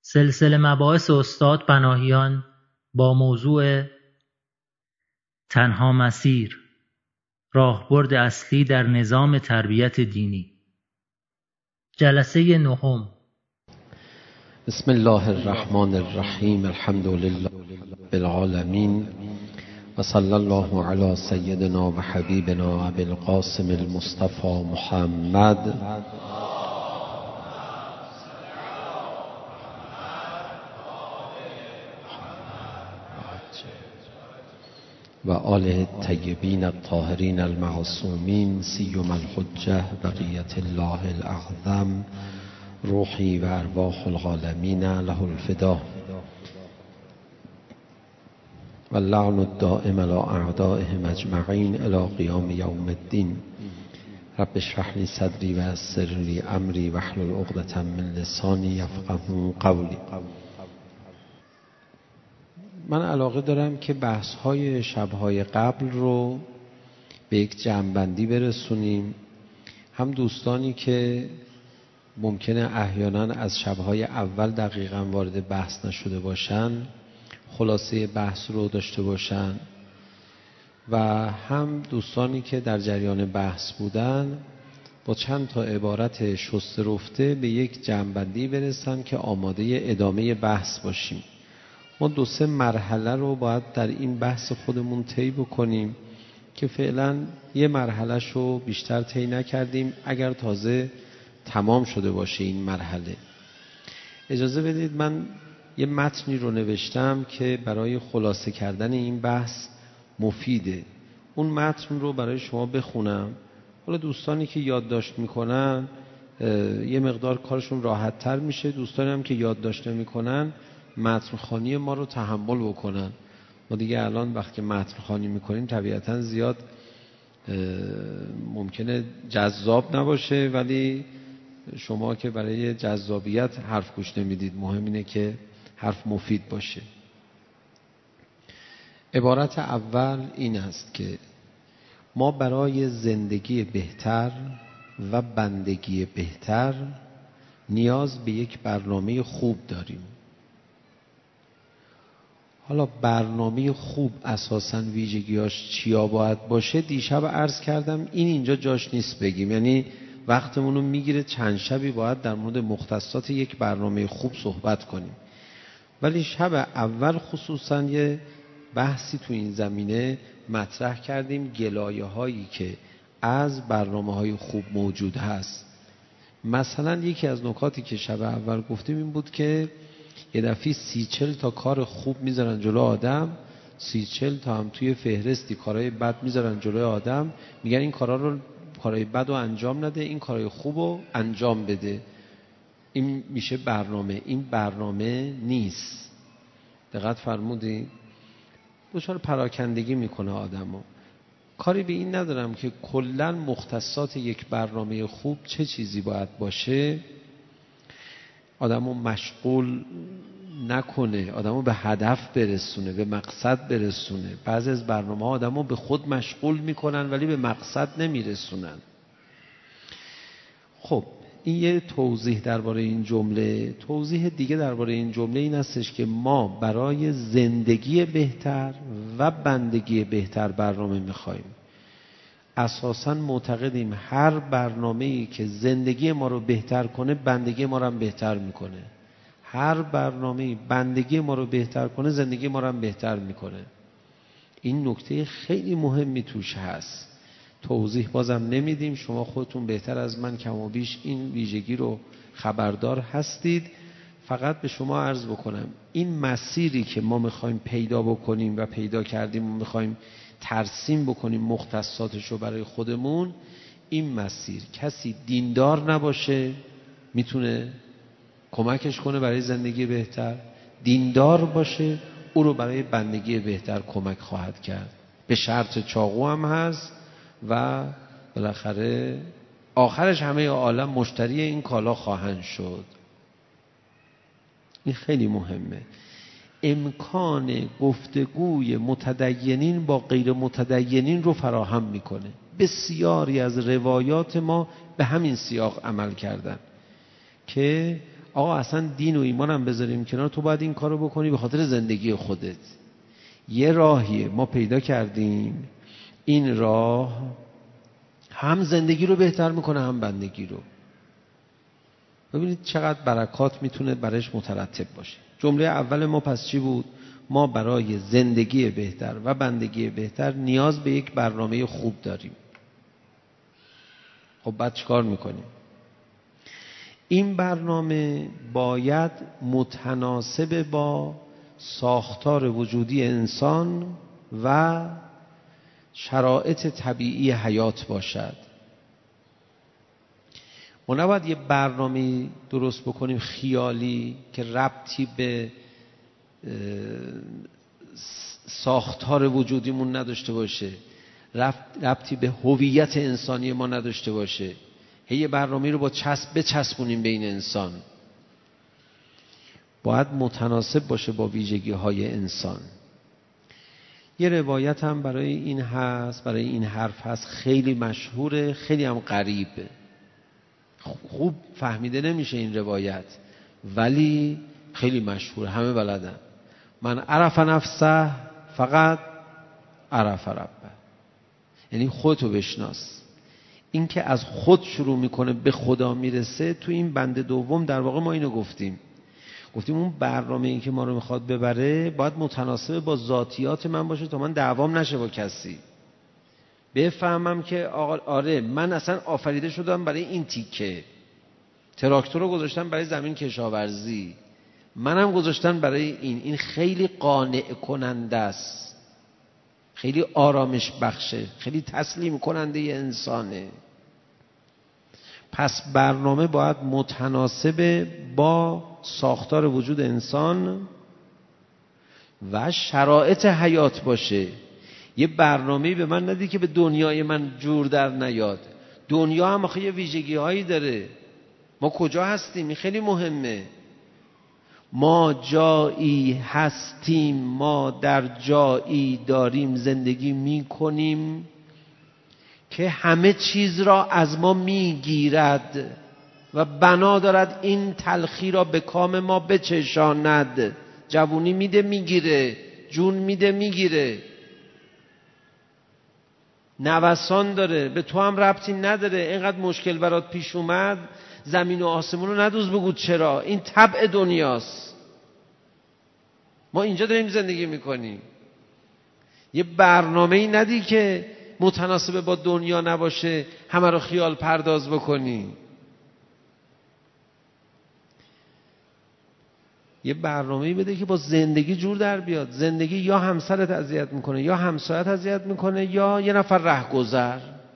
سلسله مباحث استاد پناهیان با موضوع تنها مسیر، راهبرد اصلی در نظام تربیت دینی. جلسه نهم. بسم الله الرحمن الرحیم. الحمد لله رب العالمین و صلی الله علی سیدنا و حبیبنا ابی القاسم المصطفى محمد و آله الطیبین الطاهرین المعصومین سیما الحجة بقیة الله الاعظم روحی و ارواح العالمین له الفدا و اللعن الدائم علی اعدائهم اجمعین الی قیام یوم الدین. رب اشرح لی صدری و یسر لی امری واحلل عقدة من لسانی یفقهوا قولی. من علاقه دارم که بحث‌های شب‌های قبل رو به یک جمع‌بندی برسونیم. هم دوستانی که ممکنه احیانا از شب‌های اول دقیقاً وارد بحث نشده باشن خلاصه بحث رو داشته باشن و هم دوستانی که در جریان بحث بودن با چند تا عبارت شسته رفته به یک جمع‌بندی برسن که آماده ادامه بحث باشیم. ما 2-3 مرحله رو باید در این بحث خودمون طی بکنیم که فعلا یه مرحله‌ش رو بیشتر طی نکردیم اگر تازه تمام شده باشه این مرحله. اجازه بدید من یه متنی رو نوشتم که برای خلاصه کردن این بحث مفیده. اون متن رو برای شما بخونم. حالا دوستانی که یادداشت میکنن یه مقدار کارشون راحت تر میشه، دوستانی هم که یادداشت نمیکنن متن خوانی ما رو تحمل بکنن. ما دیگه الان وقتی متن خوانی میکنیم طبیعتا زیاد ممکنه جذاب نباشه، ولی شما که برای جذابیت حرف گوش نمیدید، مهم اینه که حرف مفید باشه. عبارت اول این است که ما برای زندگی بهتر و بندگی بهتر نیاز به یک برنامه خوب داریم. حالا برنامه خوب اساساً ویژگیاش چیا باید باشه دیشب عرض کردم، این اینجا جاش نیست بگیم، یعنی وقتمون رو میگیره چند شبی باید در مورد مختصات یک برنامه خوب صحبت کنیم، ولی شب اول خصوصاً یه بحثی تو این زمینه مطرح کردیم، گلایه هایی که از برنامه های خوب موجود هست. مثلا یکی از نکاتی که شب اول گفتیم این بود که یه دفعی 30-40 تا کار خوب میذارن جلو آدم، 30-40 تا هم توی فهرستی کارهای بد میذارن جلو آدم، میگن این کارهای بد رو انجام نده، این کارهای خوب رو انجام بده. این میشه برنامه. این برنامه نیست. دقت فرمودی؟ دچار پراکندگی میکنه آدمو. کاری به این ندارم که کلا مختصات یک برنامه خوب چه چیزی باید باشه، آدمو مشغول نکنه، آدمو به هدف برسونه، به مقصد برسونه. بعضی از برنامه‌ها آدمو به خود مشغول میکنن ولی به مقصد نمیرسونن. خب این یه توضیح درباره این جمله. توضیح دیگه درباره این جمله این هستش که ما برای زندگی بهتر و بندگی بهتر برنامه میخوایم. اساساً معتقدیم هر برنامه‌ای که زندگی ما رو بهتر کنه بندگی ما رو هم بهتر میکنه. هر برنامه‌ای بندگی ما رو بهتر کنه زندگی ما رو هم بهتر میکنه. این نکته خیلی مهمی توش هست. توضیح بازم نمیدیم، شما خودتون بهتر از من کم و بیش این ویژگی رو خبردار هستید. فقط به شما عرض بکنم این مسیری که ما میخوایم پیدا بکنیم و پیدا کردیم و میخوایم ترسیم بکنیم مختصاتش رو برای خودمون، این مسیر کسی دیندار نباشه میتونه کمکش کنه برای زندگی بهتر، دیندار باشه او رو برای بندگی بهتر کمک خواهد کرد. به شرط چاقو هم هست و بالاخره آخرش همه عالم مشتری این کالا خواهند شد. این خیلی مهمه. امکان گفتگوی متدینین با غیر متدینین رو فراهم میکنه. بسیاری از روایات ما به همین سیاق عمل کردن که آقا اصلا دین و ایمانم بذاریم کنار، تو باید این کارو بکنی به خاطر زندگی خودت. یه راهیه ما پیدا کردیم، این راه هم زندگی رو بهتر میکنه هم بندگی رو. ببینید چقدر برکات میتونه برش مترتب باشه. جمله اول ما پس چی بود؟ ما برای زندگی بهتر و بندگی بهتر نیاز به یک برنامه خوب داریم. خب بعد چیکار میکنیم؟ این برنامه باید متناسب با ساختار وجودی انسان و شرایط طبیعی حیات باشد. ما نباید یه برنامه درست بکنیم خیالی که ربطی به ساختار وجودیمون نداشته باشه، ربطی به هویت انسانی ما نداشته باشه. یه برنامه رو با بچسبونیم به این انسان. باید متناسب باشه با ویژگی های انسان. یه روایت هم برای این حرف هست، خیلی مشهوره، خیلی هم غریبه، خوب فهمیده نمیشه این روایت، ولی خیلی مشهوره، همه بلدن. من عرف نفسه فقط عرف ربه. یعنی خودتو بشناس. این که از خود شروع میکنه به خدا میرسه. تو این بند دوم در واقع ما اینو گفتیم اون برنامه‌ای که ما رو میخواد ببره باید متناسب با ذاتیات من باشه تا من دعوام نشه با کسی. بفهمم که آره من اصلا آفریده شدم برای این تیکه، تراکتور رو گذاشتم برای زمین کشاورزی، منم گذاشتن برای این خیلی قانع کننده است، خیلی آرامش بخشه، خیلی تسلیم کننده ی انسانه. پس برنامه باید متناسب با ساختار وجود انسان و شرایط حیات باشه. یه برنامه‌ای به من ندی که به دنیای من جور در نیاد. دنیا هم آخه یه ویژگی هایی داره. ما کجا هستیم؟ این خیلی مهمه. ما جایی هستیم، ما در جایی داریم زندگی می کنیم که همه چیز را از ما می گیرد و بنا دارد این تلخی را به کام ما بچشاند. جوونی میده میگیره، جون میده میگیره، نوسان داره، به تو هم ربطی نداره. اینقدر مشکل برات پیش اومد، زمین و آسمون رو ندوز بگو چرا. این طبع دنیاست. ما اینجا داریم زندگی میکنیم. یه برنامه‌ای ندی که متناسب با دنیا نباشه همه رو خیال پرداز بکنی. یه برنامه‌ای بده که با زندگی جور در بیاد. زندگی یا همسرت اذیت میکنه، یا همسایت اذیت میکنه، یا یه نفر رهگذر.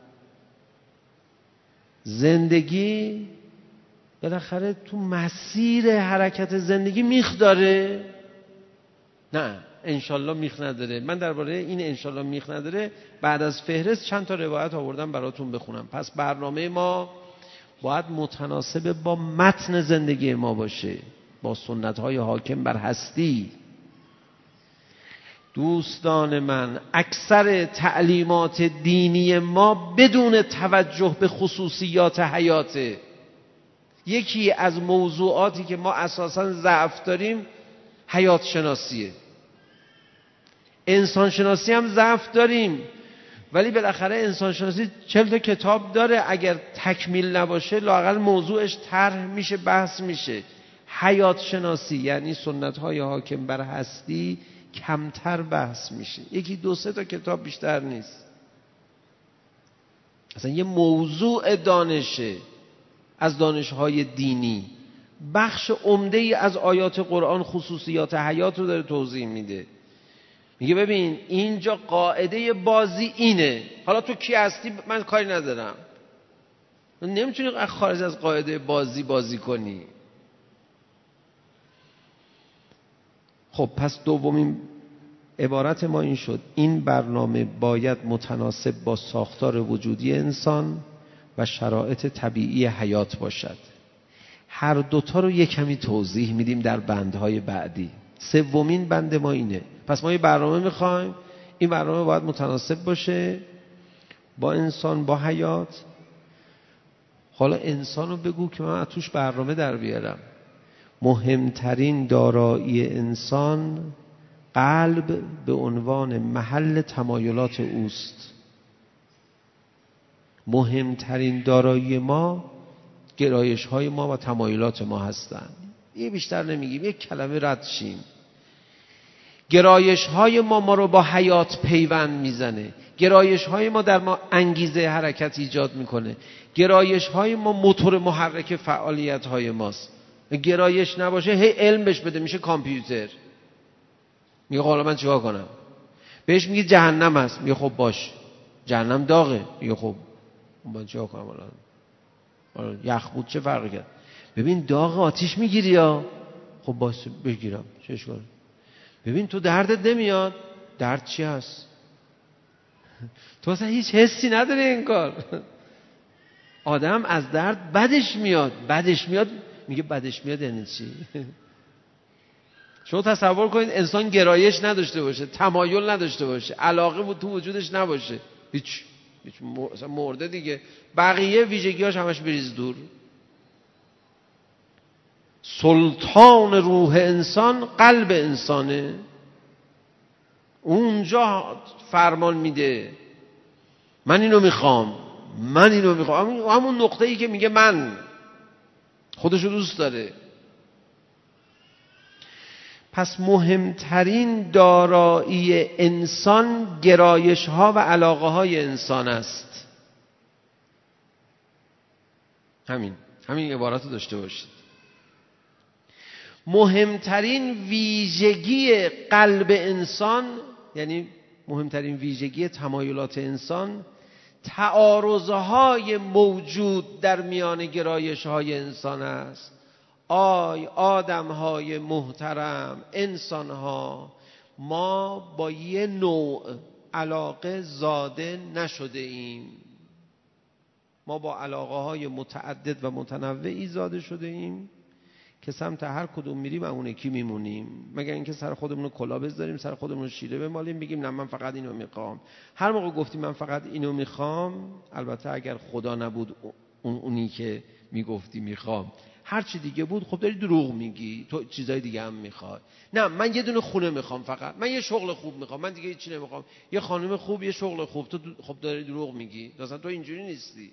زندگی بالاخره تو مسیر حرکت زندگی میخ داره. نه انشالله میخ نداره. من درباره این انشالله میخ نداره بعد از فهرست چند تا روایت آوردم براتون بخونم. پس برنامه ما باید متناسب با متن زندگی ما باشه، با سنت‌های حاکم بر هستی. دوستان من، اکثر تعلیمات دینی ما بدون توجه به خصوصیات حیاته. یکی از موضوعاتی که ما اساساً ضعف داریم حیات شناسیه. انسان شناسی هم ضعف داریم، ولی بالاخره انسان شناسی 40 تا کتاب داره، اگر تکمیل نباشه لااقل موضوعش طرح میشه، بحث میشه. حیات شناسی یعنی سنت های حاکم بر هستی کمتر بحث میشه. یکی 2-3 تا کتاب بیشتر نیست. اصلا یه موضوع دانشه از دانش‌های دینی. بخش عمده ای از آیات قرآن خصوصیات حیات رو داره توضیح میده. میگه ببین اینجا قاعده بازی اینه، حالا تو کی هستی من کاری ندارم، نمیتونی خارج از قاعده بازی کنی. خب پس دومین عبارت ما این شد، این برنامه باید متناسب با ساختار وجودی انسان و شرایط طبیعی حیات باشد. هر دوتا رو یک کمی توضیح میدیم در بندهای بعدی. سومین بند ما اینه. پس ما یه برنامه میخوایم، این برنامه باید متناسب باشه با انسان، با حیات. حالا انسان رو بگو که من از توش برنامه در بیارم. مهمترین دارایی انسان قلب به عنوان محل تمایلات اوست. مهمترین دارایی ما گرایش های ما و تمایلات ما هستند. یه بیشتر نمیگیم، یک کلمه رد شیم. گرایش های ما رو با حیات پیوند میزنه. گرایش های ما در ما انگیزه حرکت ایجاد میکنه. گرایش های ما موتور محرک فعالیت های ماست. گرایش نباشه هی علم بهش بده میشه کامپیوتر. میگه حالا من چیکار کنم؟ بهش میگه جهنم هست، میگه خب باش جهنم داغه، میگه خب من چیکار کنم حالا یخ بود چه فرقی کرد؟ ببین داغ آتیش میگیری یا خب باش بگیرم چه اشکالی؟ ببین تو دردت نمیاد، درد چی هست؟ تو اصلا هیچ حسی نداره این کار. آدم از درد بدش میاد میگه بدش میاد یعنی چی؟ شما تصور کنید انسان گرایش نداشته باشه، تمایل نداشته باشه، علاقه بود تو وجودش نباشه، هیچ اصلا مرده دیگه. بقیه ویژگیاش همش بریز دور. سلطان روح انسان قلب انسانه، اونجا فرمان میده من اینو میخوام. همون نقطه ای که میگه من، خودشو دوست داره. پس مهمترین دارایی انسان گرایش ها و علاقه های انسان است. همین عبارت رو داشته باشید. مهمترین ویژگی قلب انسان، یعنی مهمترین ویژگی تمایلات انسان، تعارضهای موجود در میان گرایش‌های انسان است. آدم‌های محترم، انسان‌ها، ما با یه نوع علاقه زاده نشده ایم. ما با علاقه‌های متعدد و متنوعی زاده شده ایم که سمت هر کدوم میریم اون یکی میمونیم، مگر اینکه سر خودمون رو کلا بذاریم، سر خودمون رو شیره بمالیم، بگیم نه من فقط اینو میخوام. هر موقع گفتیم من فقط اینو میخوام، البته اگر خدا نبود اونی که میگفتی میخوام هر چی دیگه بود، خب داری دروغ میگی، تو چیزای دیگه هم میخوای. نه من یه دونه خونه میخوام، فقط من یه شغل خوب میخوام، من دیگه هیچی نمیخوام، یه خانم خوب، یه شغل خوب. تو خب داری دروغ میگی، اصلا تو اینجوری نیستی.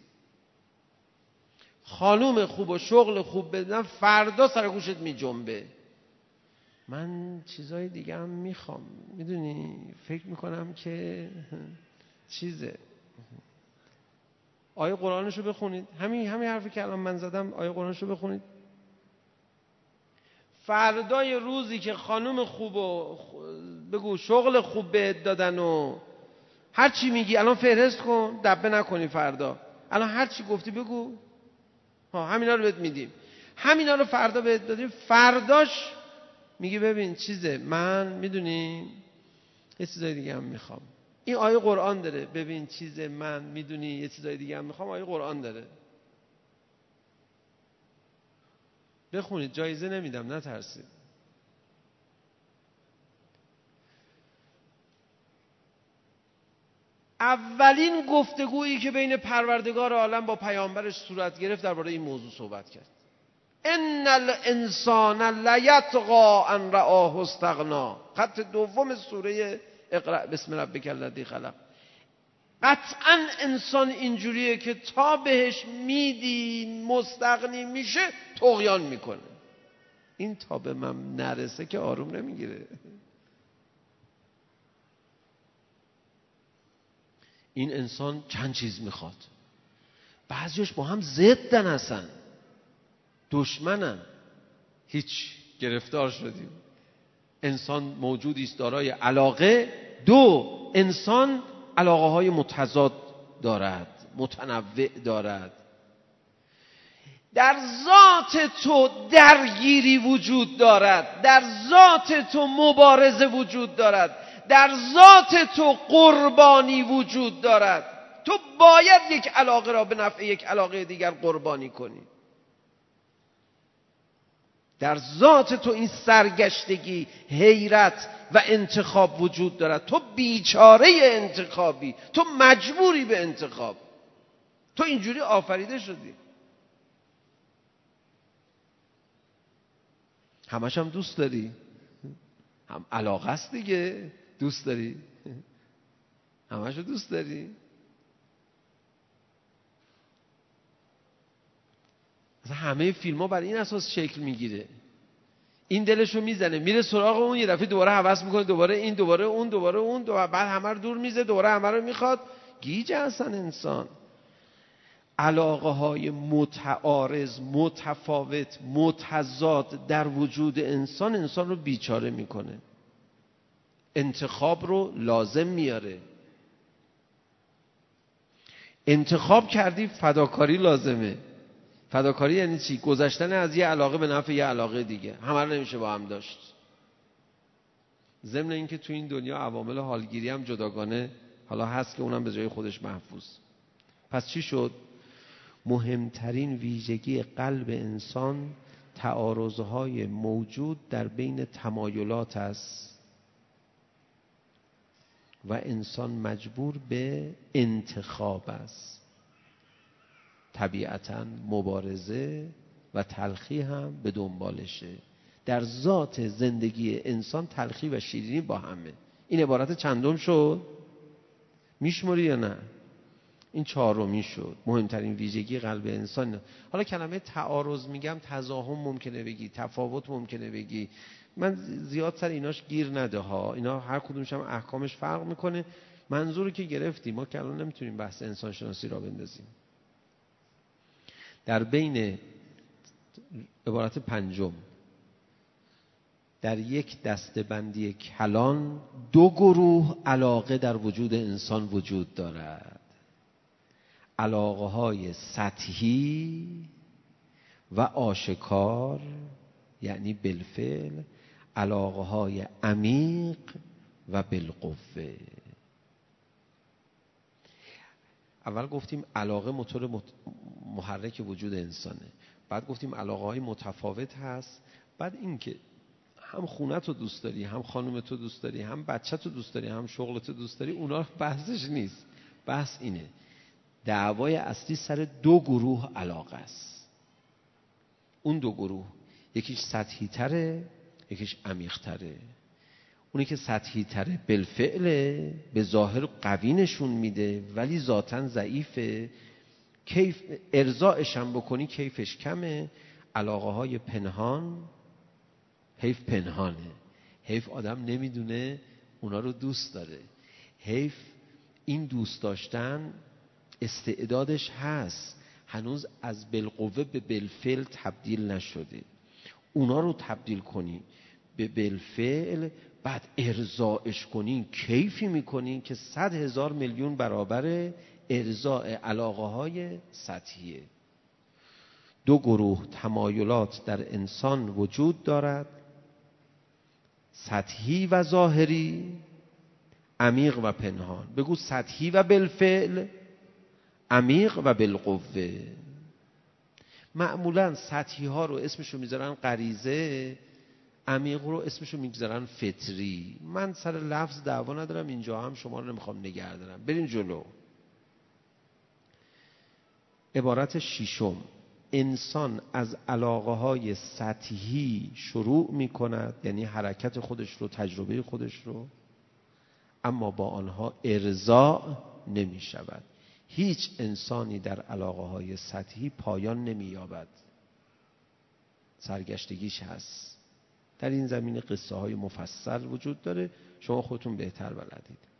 خانوم خوب و شغل خوب بدن فردا سر گوشت می جنبه. من چیزای دیگه هم میخوام، میدونی، فکر میکنم که چیزه. آیه قرآنشو بخونید، همین حرفی که الان من زدم، آیه قرآنشو بخونید. فردای روزی که خانوم خوب و بگو شغل خوب بهت دادن و هر چی میگی الان فهرست کن، دبه نکنی. فردا الان هر چی گفتی بگو همینا رو بهت میدیم، همینا رو فردا بهت دادیم. فرداش میگی ببین چیزه، من میدونی یه چیزای دیگه هم میخوام. این آیه قرآن داره. ببین چیزه، من میدونی یه چیزای دیگه هم میخوام، آیه قرآن داره. بخونید، جایزه نمیدم نترسید. اولین گفتگویی که بین پروردگار عالم با پیامبرش صورت گرفت درباره این موضوع صحبت کرد. ان الانسان لیطغی ان رآه استغنا. خط دوم سوره اقرأ بسم ربک الذی خلق. قطعا انسان اینجوریه که تا بهش میدین مستغنی میشه طغیان میکنه. این تا به من نرسه که آروم نمیگیره. این انسان چند چیز میخواد، بعضیش با هم ضدن، هستن دشمنن. هیچ، گرفتار شدیم. انسان موجودی است دارای علاقه. دو، انسان علاقه های متضاد دارد، متنوع دارد. در ذات تو درگیری وجود دارد، در ذات تو مبارزه وجود دارد، در ذات تو قربانی وجود دارد. تو باید یک علاقه را به نفع یک علاقه دیگر قربانی کنی. در ذات تو این سرگشتگی، حیرت و انتخاب وجود دارد. تو بیچاره انتخابی، تو مجبوری به انتخاب، تو اینجوری آفریده شدی. همش هم دوست داری؟ هم علاقه است دیگه. دوست داری؟ همش رو دوست داری؟ مثلا همه فیلم ها برای این اساس شکل میگیره. این دلشو میزنه میره سراغ اون، یه دفعه دوباره هوس میکنه، دوباره این، دوباره اون، دوباره اون، بعد همه رو دور میزه، دوباره همه رو میخواد. گیج هستن انسان. علاقه های متعارض، متفاوت، متضاد در وجود انسان رو بیچاره میکنه. انتخاب رو لازم میاره. انتخاب کردی، فداکاری لازمه. فداکاری یعنی چی؟ گذشتن از یه علاقه به نفع یه علاقه دیگه. همه رو نمیشه با هم داشت. ضمن اینکه تو این دنیا عوامل حالگیری هم جداگانه حالا هست که اونم به جای خودش محفوظ. پس چی شد؟ مهمترین ویژگی قلب انسان تعارضهای موجود در بین تمایلات است و انسان مجبور به انتخاب است. طبیعتاً مبارزه و تلخی هم به دنبالشه. در ذات زندگی انسان تلخی و شیرینی با همه. این عبارت چندم شد؟ میشموری یا نه؟ این چهارمی شد. مهمترین ویژگی قلب انسان. حالا کلمه تعارض میگم، تضاهم ممکنه بگی، تفاوت ممکنه بگی. من زیاد سر ایناش گیر نده ها. اینا هر کدومش هم احکامش فرق میکنه. منظوری که گرفتیم ما که الان نمیتونیم بحث انسان شناسی را بندازیم. در بین عبارت پنجم، در یک دسته‌بندی کلان دو گروه علاقه در وجود انسان وجود دارد. علاقه های سطحی و آشکار، یعنی بالفعل، علاقه های عمیق و بالقوه. اول گفتیم علاقه موتور محرک وجود انسانه. بعد گفتیم علاقه های متفاوت هست. بعد این که هم خونت رو دوست داری، هم خانومت رو دوست داری، هم بچت رو دوست داری، هم شغلت رو دوست داری، اونا بحثش نیست. بحث اینه، دعوای اصلی سر دو گروه علاقه است. اون دو گروه یکیش سطحی تره، یکیش عمیق تره. اونی که سطحی تره بالفعل به ظاهر قوی نشون میده ولی ذاتاً ضعیفه. کیف ارضاءش هم بکنی کیفش کمه. علاقه های پنهان، حیف پنهانه، حیف آدم نمیدونه اونا رو دوست داره، حیف این دوست داشتن استعدادش هست، هنوز از بالقوه به بالفعل تبدیل نشده. اونا رو تبدیل کنی به بالفعل، بعد ارضاءش کنی، کیفی میکنی که 100,000 میلیون برابر ارضاء علاقه های سطحیه. دو گروه تمایلات در انسان وجود دارد، سطحی و ظاهری، عمیق و پنهان. بگو سطحی و بالفعل، عمیق و بالقوه. معمولا سطحی ها رو اسمشو میذارن غریزه، عمیق رو اسمشو میذارن فطری. من سر لفظ دعوا ندارم، اینجا هم شما رو نمیخوام نگه دارم. بریم جلو. عبارت ششم، انسان از علاقه های سطحی شروع می کند، یعنی حرکت خودش رو، تجربه خودش رو، اما با آنها ارضاء نمی شود. هیچ انسانی در علاقه های سطحی پایان نمی یابد، سرگشتگیش هست. در این زمینه قصه های مفصل وجود داره، شما خودتون بهتر بلدید.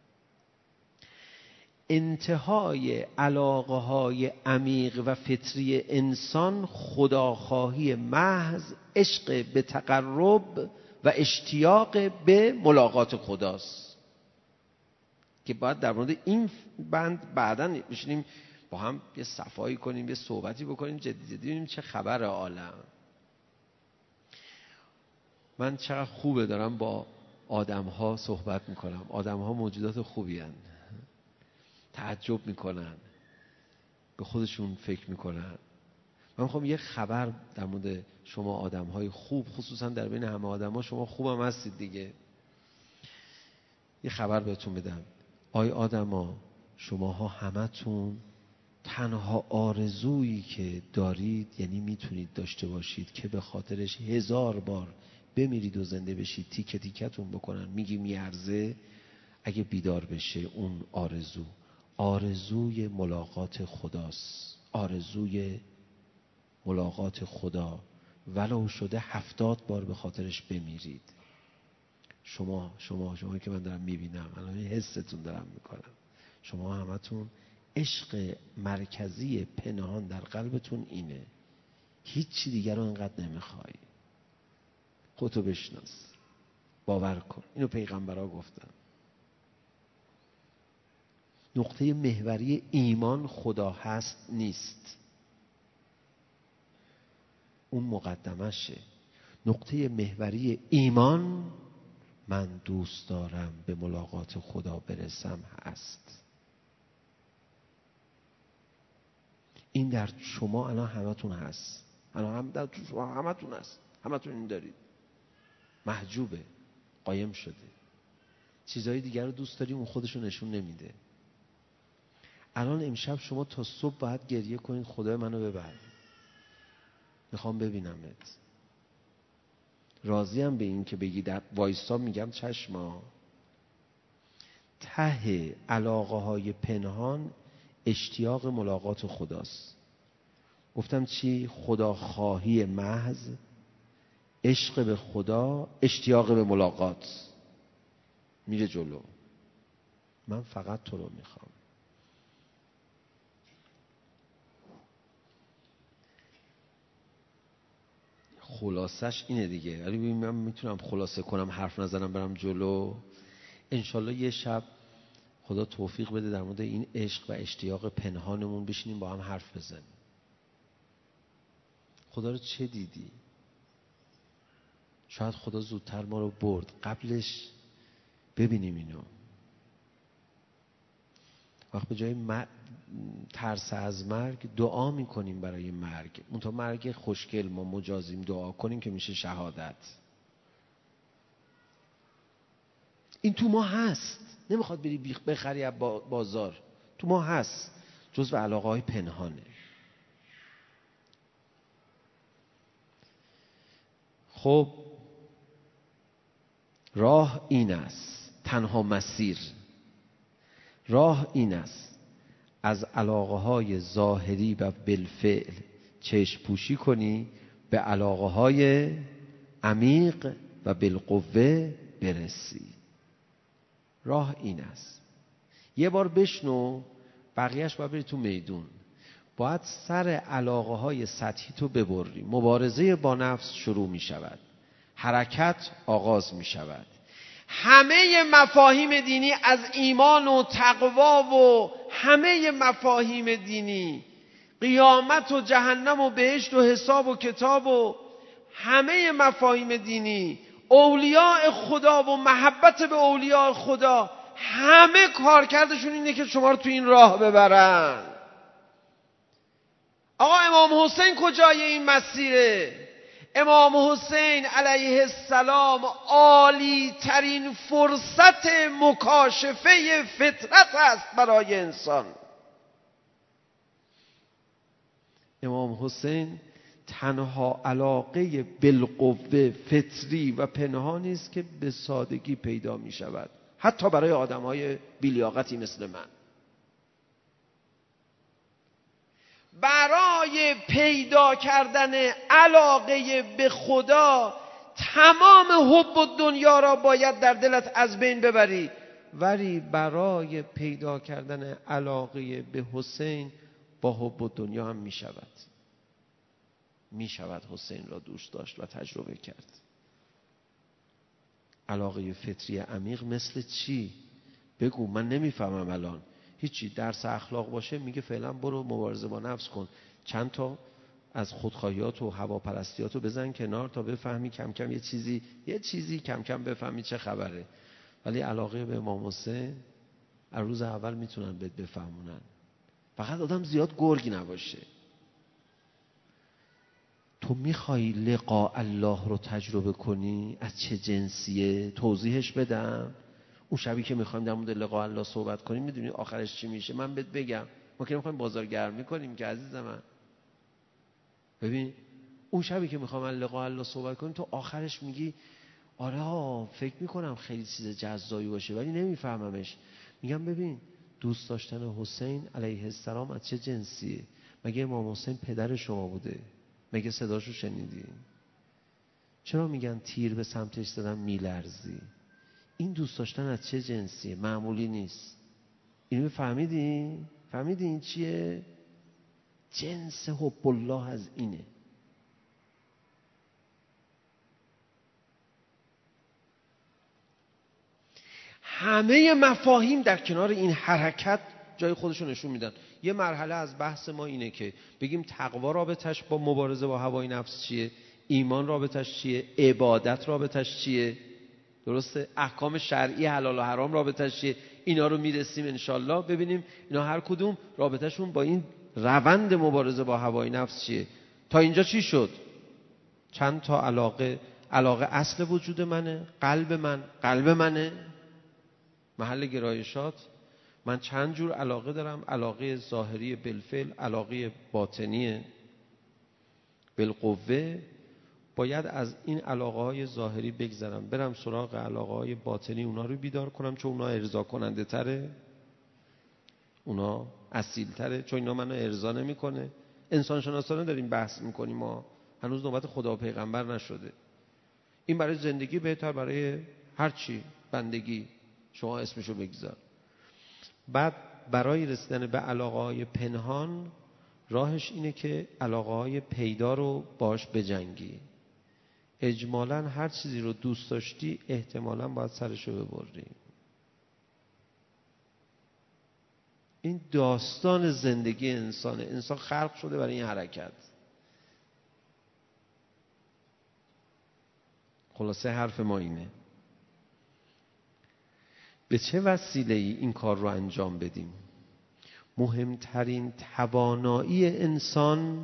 انتهای علاقه های عمیق و فطری انسان خداخواهی محض، عشق به تقرب و اشتیاق به ملاقات خداست که باید در مورد این بند بعداً میشینیم با هم یه صفایی کنیم، یه صحبتی بکنیم جدی ببینیم چه خبر عالم. من چقدر خوبه دارم با آدم ها صحبت میکنم. آدم ها موجودات خوبی هستند. تعجب میکنن، به خودشون فکر میکنن. من میخوام یه خبر در مورد شما آدم های خوب، خصوصا در بین همه آدم ها شما خوب هم هستید دیگه، یه خبر بهتون بدم. آی آدم ها، شما ها همتون تنها آرزویی که دارید، یعنی میتونید داشته باشید که به خاطرش 1000 بار بمیرید و زنده بشید تیکه تیکتون بکنن، میگی میارزه؟ اگه بیدار بشه اون آرزوی ملاقات خداست، آرزوی ملاقات خدا، ولو شده 70 بار به خاطرش بمیرید. شما که من دارم میبینم الان حستون دارم میکنم، شما همتون عشق مرکزی پنهان در قلبتون اینه، هیچی دیگر رو انقدر نمیخوای. خودتو بشناس، باور کن، اینو پیغمبرها گفتن. نقطه محوری ایمان خدا هست نیست، اون مقدمشه. نقطه محوری ایمان من دوست دارم به ملاقات خدا برسم هست. این در شما الان همتون هست، الان در شما همتون هست، همتون این دارید. محجوبه، قایم شده، چیزهای دیگر رو دوست داریم اون خودشو نشون نمیده. الان امشب شما تا صبح باید گریه کنید خدای منو ببر، میخوام ببینمت. راضیم به این که بگی در وایسا میگم چشما. ته علاقه های پنهان اشتیاق ملاقات خداست. گفتم چی؟ خدا خواهی محض، عشق به خدا، اشتیاق به ملاقات. میره جلو. من فقط تو رو میخوام. خلاصش اینه دیگه، ولی من میتونم خلاصه کنم، حرف نزنم برم جلو. انشالله یه شب خدا توفیق بده در مورد این عشق و اشتیاق پنهانمون بشینیم با هم حرف بزنیم. خدا رو چه دیدی؟ شاید خدا زودتر ما رو برد، قبلش ببینیم اینو. وقت به جای ترس از مرگ دعا میکنیم برای مرگ، اون تا مرگ خوشگل ما مجازیم دعا کنیم که میشه شهادت. این تو ما هست، نمیخواد بری بخری از بازار، تو ما هست، جزو علاقه های پنهانه. خب راه این است، تنها مسیر راه این است، از علاقه های ظاهری و بالفعل چشم پوشی کنی، به علاقه های عمیق و بالقوه برسی. راه این است. یه بار بشنو، بقیهش باید بری تو میدون. باید سر علاقه های سطحی تو ببری. مبارزه با نفس شروع می شود، حرکت آغاز می شود. همه مفاهیم دینی از ایمان و تقوا و همه مفاهیم دینی، قیامت و جهنم و بهشت و حساب و کتاب و همه مفاهیم دینی، اولیاء خدا و محبت به اولیاء خدا، همه کارکردشون اینه که شما رو تو این راه ببرن. آقا امام حسین کجای این مسیره؟ امام حسین علیه السلام عالی ترین فرصت مکاشفه فطرت است برای انسان. امام حسین تنها علاقه بالقوه فطری و پنهانی است که به سادگی پیدا می شود، حتی برای آدم‌های بی‌لیاقتی مثل من. برای پیدا کردن علاقه به خدا تمام حب و دنیا را باید در دلت از بین ببری، ولی برای پیدا کردن علاقه به حسین با حب و دنیا هم می شود حسین را دوست داشت و تجربه کرد. علاقه فطری عمیق مثل چی؟ بگو، من نمیفهمم الان. هیچی، درس اخلاق باشه میگه فعلا برو مبارزه با نفس کن، چند تا از خودخواهیات و هواپرستیات رو بزن کنار تا بفهمی کم کم یه چیزی کم کم بفهمی چه خبره. ولی علاقه به امام حسین از روز اول میتونن بهت بفهمونن، فقط آدم زیاد گرگ نباشه. تو میخوای لقاء الله رو تجربه کنی؟ از چه جنسیه؟ توضیحش بدم؟ اون شبی که میخوایم در مورد لقاء الله صحبت کنیم میدونی آخرش چی میشه؟ من بهت بگم. ما که میخوایم بازارگرمی کنیم که عزیز من. ببین اون شبی که میخوام لقاء الله صحبت کنیم تو آخرش میگی آره ها فکر میکنم خیلی چیز جذابی باشه ولی نمیفهممش. میگم ببین دوست داشتن حسین علیه السلام از چه جنسیه؟ مگه امام حسین پدر شما بوده؟ مگه صداشو شنیدی؟ چرا میگن تیر به سمتش زدن میلرزی؟ این دوست داشتن از چه جنسیه؟ معمولی نیست. اینو فهمیدی؟ فهمیدی این چیه؟ جنس حب الله از اینه. همه مفاهیم در کنار این حرکت جای خودشون نشون میدن. یه مرحله از بحث ما اینه که بگیم تقوا رابطش با مبارزه با هوای نفس چیه، ایمان رابطش چیه، عبادت رابطش چیه، درسته، احکام شرعی حلال و حرام رابطش چیه. اینا رو میرسیم انشالله ببینیم اینا هر کدوم رابطشون با این روند مبارزه با هوای نفس چیه. تا اینجا چی شد؟ چند تا علاقه اصل وجود منه، قلب منه، محل گرایشات. من چند جور علاقه دارم، علاقه ظاهری بالفعل، علاقه باطنی بالقوه. باید از این علاقه های ظاهری بگذرم، برم سراغ علاقه های باطنی، اونا رو بیدار کنم، چون اونا ارضا کننده تره، اونا اصیل تره، چون اینا منو ارضا نمی کنه. انسان شناسانه داریم بحث میکنیم، ما هنوز نوبت خدا و پیغمبر نشده. این برای زندگی بهتر، برای هر چی بندگی شما اسمشو بگذار. بعد برای رسیدن به علاقه های پنهان راهش اینه که علاقه های پیدا رو باش بجنگی. اجمالاً هر چیزی رو دوست داشتی احتمالاً باید سرشو ببری. این داستان زندگی انسانه. انسان خلق شده برای این حرکت. خلاصه حرف ما اینه، به چه وسیله‌ای این کار رو انجام بدیم؟ مهمترین توانایی انسان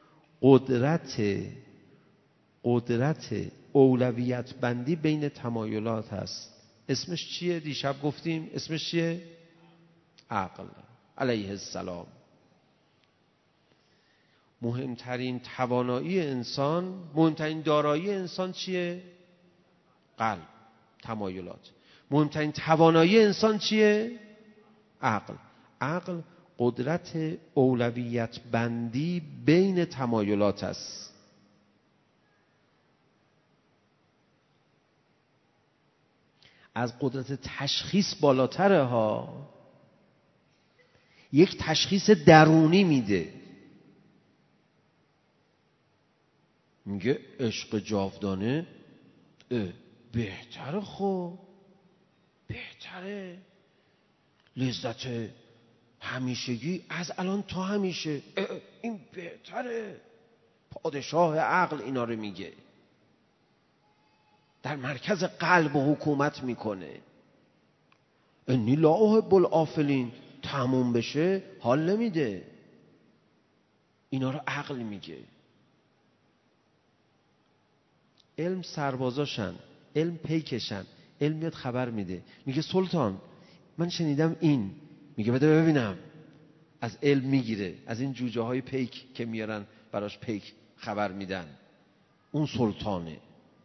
قدرت اولویت بندی بین تمایلات هست. اسمش چیه؟ دیشب گفتیم اسمش چیه؟ عقل علیه السلام. مهمترین توانایی انسان، مهمترین دارایی انسان چیه؟ قلب، تمایلات. مهمترین توانایی انسان چیه؟ عقل قدرت اولویت بندی بین تمایلات است. از قدرت تشخیص بالاتره ها. یک تشخیص درونی میده، میگه عشق جاودانه بهتره، خب بهتره. لذت همیشگی از الان تا همیشه این بهتره. پادشاه عقل اینا رو میگه، در مرکز قلب حکومت میکنه. انی لا احب الافلین، تموم بشه حال نمیده. اینا رو عقل میگه. علم سربازاشن، علم پیکشن. علم میاد خبر میده، میگه سلطان من شنیدم این، میگه بده ببینم. از علم میگیره، از این جوجه های پیک که میارن براش پیک خبر میدن. اون سلطانه.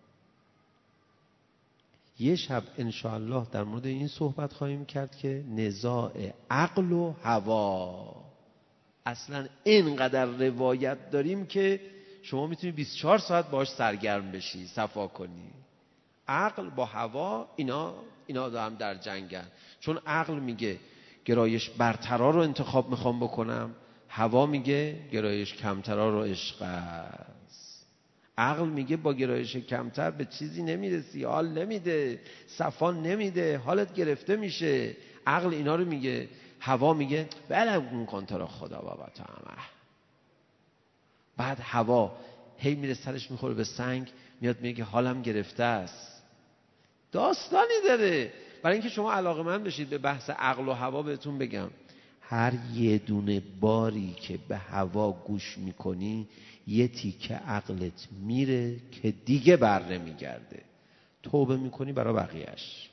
یه شب انشاءالله در مورد این صحبت خواهیم کرد که نزاع عقل و هوا. اصلا اینقدر روایت داریم که شما میتونی 24 ساعت باش سرگرم بشی، صفا کنی. عقل با هوا اینا دو هم در جنگن. چون عقل میگه گرایش برترا رو انتخاب میخوام بکنم، هوا میگه گرایش کمترا رو عشق است. عقل میگه با گرایش کمتر به چیزی نمیرسی، حال نمیده، صفا نمیده، حالت گرفته میشه. عقل اینا رو میگه. هوا میگه بله کن تو را خدا بابا تو همه. بعد هوا هی میره سرش میخوره به سنگ، میاد میگه حالم گرفته است. داستانی داره. برای اینکه شما علاقه‌مند بشید به بحث عقل و هوا، بهتون بگم هر یه دونه باری که به هوا گوش میکنی یه تیکه عقلت میره که دیگه بر نمیگرده. توبه میکنی برای بقیهش.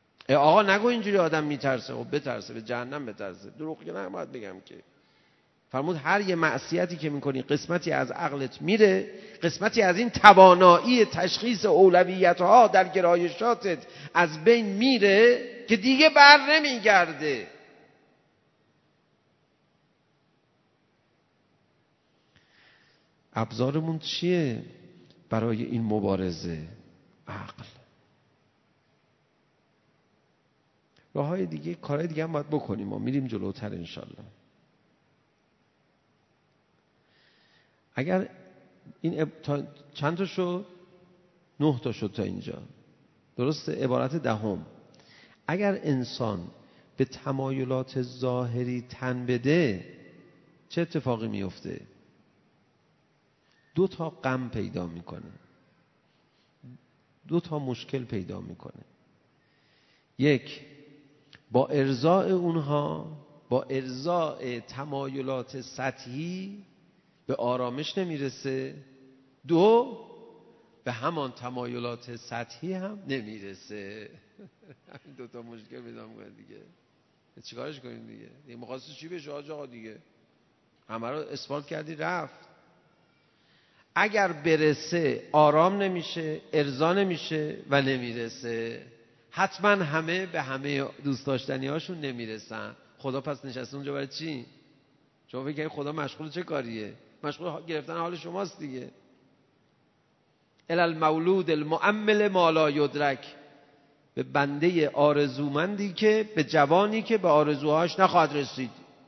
آقا نگو اینجوری آدم میترسه. خب بترسه، به جهنم بترسه. دروغ که نباید بگم که. فرمود هر یه معصیتی که میکنی قسمتی از عقلت میره، قسمتی از این توانایی تشخیص اولویت‌ها در گرایشاتت از بین میره که دیگه بر نمیگرده. ابزارمون چیه برای این مبارزه؟ عقل. راههای دیگه، کارهای دیگه هم باید بکنیم، ما میریم جلوتر انشالله. اگر این چند تا شد؟ 9 تا شد تا اینجا، درسته؟ عبارت دهم، اگر انسان به تمایلات ظاهری تن بده چه اتفاقی میفته؟ 2 تا غم پیدا میکنه، 2 تا مشکل پیدا میکنه. یک، با ارضاء اونها، با ارضاء تمایلات سطحی به آرامش نمیرسه. 2، به همان تمایلات سطحی هم نمیرسه. همین 2 تا مشکل پیدا میکنه دیگه. چیکارش کنیم دیگه؟ مخواست چی بشه آقا دیگه؟ همه رو اثبات کردی رفت. اگر برسه آرام نمیشه، ارضا نمیشه و نمیرسه. حتما همه به همه دوست داشتنی هاشون نمیرسن. خدا پس نشسته اونجا برای چی؟ شما فکر کنید خدا مشغول چه کاریه؟ مشغول گرفتن حال شماست دیگه. المولود المؤمل ما لا یدرک، به بنده آرزومندی که، به جوانی که به آرزوهاش نخواهد رسید.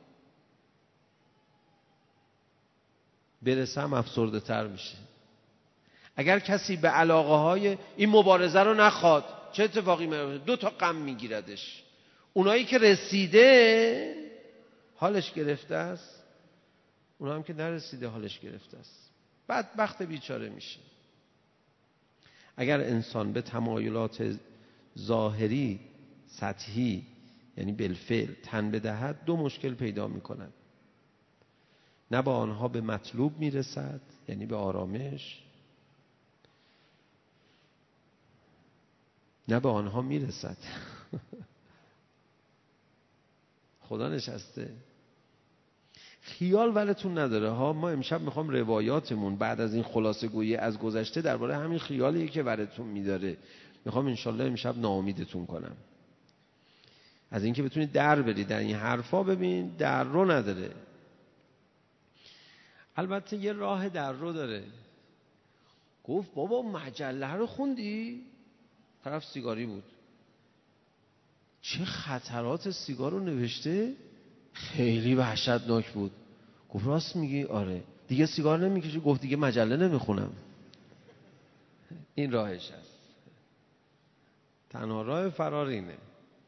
برسه هم افسرده تر میشه. اگر کسی به علاقه های این مبارزه رو نخواد چه اتفاقی میفته؟ 2 تا غم میگیردش. اونایی که رسیده حالش گرفته است، اونا هم که نرسیده حالش گرفته است. بدبخت بیچاره میشه. اگر انسان به تمایلات ظاهری سطحی یعنی بالفعل تن بدهد 2 مشکل پیدا میکند. نه با آنها به مطلوب میرسد یعنی به آرامش، نه به آنها میرسد. خدا نشسته خیال ولتون نداره ها. ما امشب میخوام روایاتمون بعد از این خلاصه گویی از گذشته درباره همین خیالیه که ولتون میداره، میخوام انشالله امشب ناامیدتون کنم از اینکه بتونید در برید در این حرفا. ببین در رو نداره. البته یه راه در رو داره. گفت بابا مجله رو خوندی؟ طرف سیگاری بود. چه خطرات سیگار رو نوشته؟ خیلی وحشتناک بود. گفت راست میگی؟ آره. دیگه سیگار نمیکشی؟ گفت دیگه مجله نمیخونم. این راهش هست. تنها راه فرار اینه.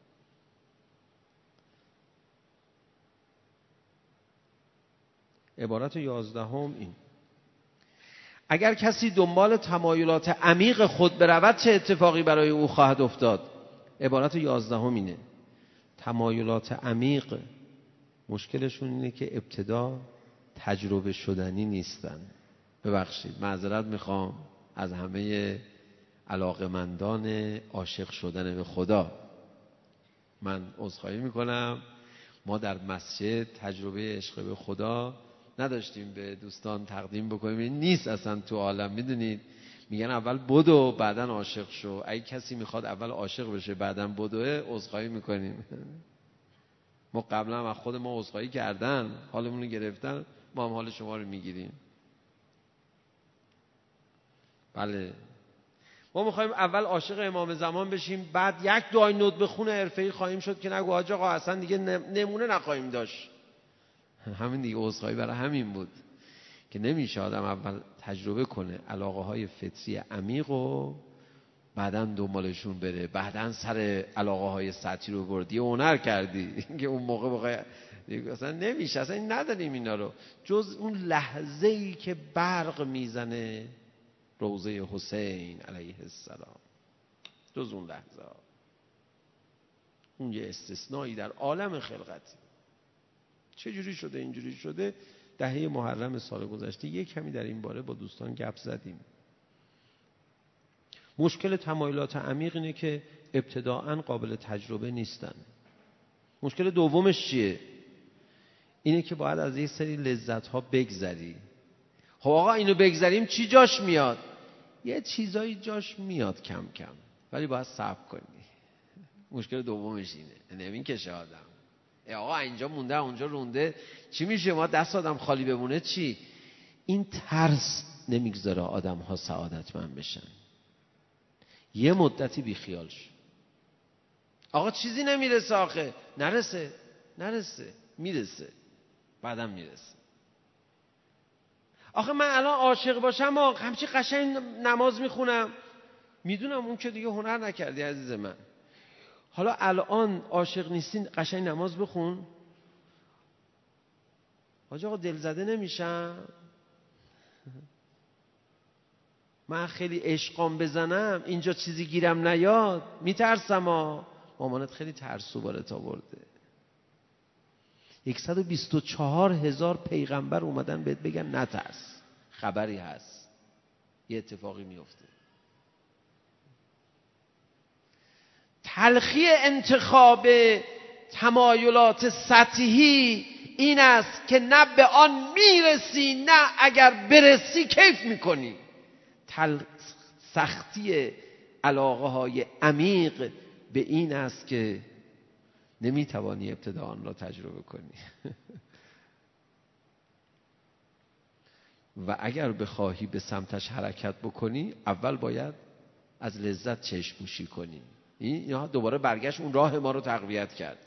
عبارت 11 این: اگر کسی دنبال تمایلات عمیق خود برود چه اتفاقی برای او خواهد افتاد؟ عبارت 11 اینه: تمایلات عمیق مشکلشون اینه که ابتدا تجربه شدنی نیستن. ببخشید معذرت میخوام از همه علاقمندان عاشق شدن به خدا، من عذرخواهی میکنم. ما در مسجد تجربه عشق به خدا نداشتیم به دوستان تقدیم بکنیم. این نیست اصلا تو عالم. میدونید میگن اول بدو بعدن عاشق شو. اگه کسی میخواد اول عاشق بشه بعدن بدوه، عذرخواهی میکنیم. ما قبلا هم از خود ما عذرخواهی کردن، حالمون رو گرفتن، ما هم حال شما رو میگیریم. بله ما میخوایم اول عاشق امام زمان بشیم، بعد یک دعای ندبه خون حرفه‌ای خواهیم شد که نگو حاج آقا اصلا دیگه نمونه نخواهیم داشت. همین دیگه عذرخواهی برای همین بود که نمیشه آدم اول تجربه کنه علاقه های فطری عمیق و بعداً دنبالشون بره، بعداً سر علاقه های سطحی رو بردی هنر کردی که اون موقع بخوای اصلا نمیشه. اصلا این نداریم اینا رو جز اون لحظه‌ای که برق میزنه روضه حسین علیه السلام. جز اون لحظه ها. اون یه استثنایی در عالم خلقتی. چه جوری شده اینجوری شده؟ دهه محرم سال گذشته یک کمی در این باره با دوستان گپ زدیم. مشکل تمایلات عمیق اینه که ابتداءً قابل تجربه نیستن. مشکل دومش چیه؟ اینه که باید از یک سری لذت ها بگذری. خب آقا اینو بگذریم چی جاش میاد؟ یه چیزایی جاش میاد کم کم، ولی باید صبر کنی. مشکل دومش اینه، نمیکشه آدم. آقا اینجا مونده اونجا رونده، چی میشه؟ ما دست آدم خالی بمونه چی؟ این ترس نمیگذاره آدم ها سعادتمند بشن. یه مدتی بیخیال شو. آقا چیزی نمیرسه، آخه نرسه میرسه، بعدم میرسه. آخه من الان عاشق باشم همچی قشنگ نماز میخونم، میدونم اون که دیگه هنر نکردی عزیز من. حالا الان عاشق نیستین قشنگ نماز بخون. حاج آقا دلزده نمیشم؟ من خیلی عشقام بزنم اینجا چیزی گیرم نیاد میترسم. مامانت خیلی ترسو بالت آورده. 124,000 پیغمبر اومدن بهت بگن نترس، خبری هست، یه اتفاقی میفته. تلخی انتخاب تمایلات سطحی این است که نه به آن میرسی، نه اگر برسی کیف میکنی. سختی علاقه های عمیق به این است که نمیتوانی ابتدا آن را تجربه کنی. و اگر بخواهی به سمتش حرکت بکنی، اول باید از لذت چشم‌پوشی کنی. این دوباره برگشت اون راه ما رو تقویت کرد.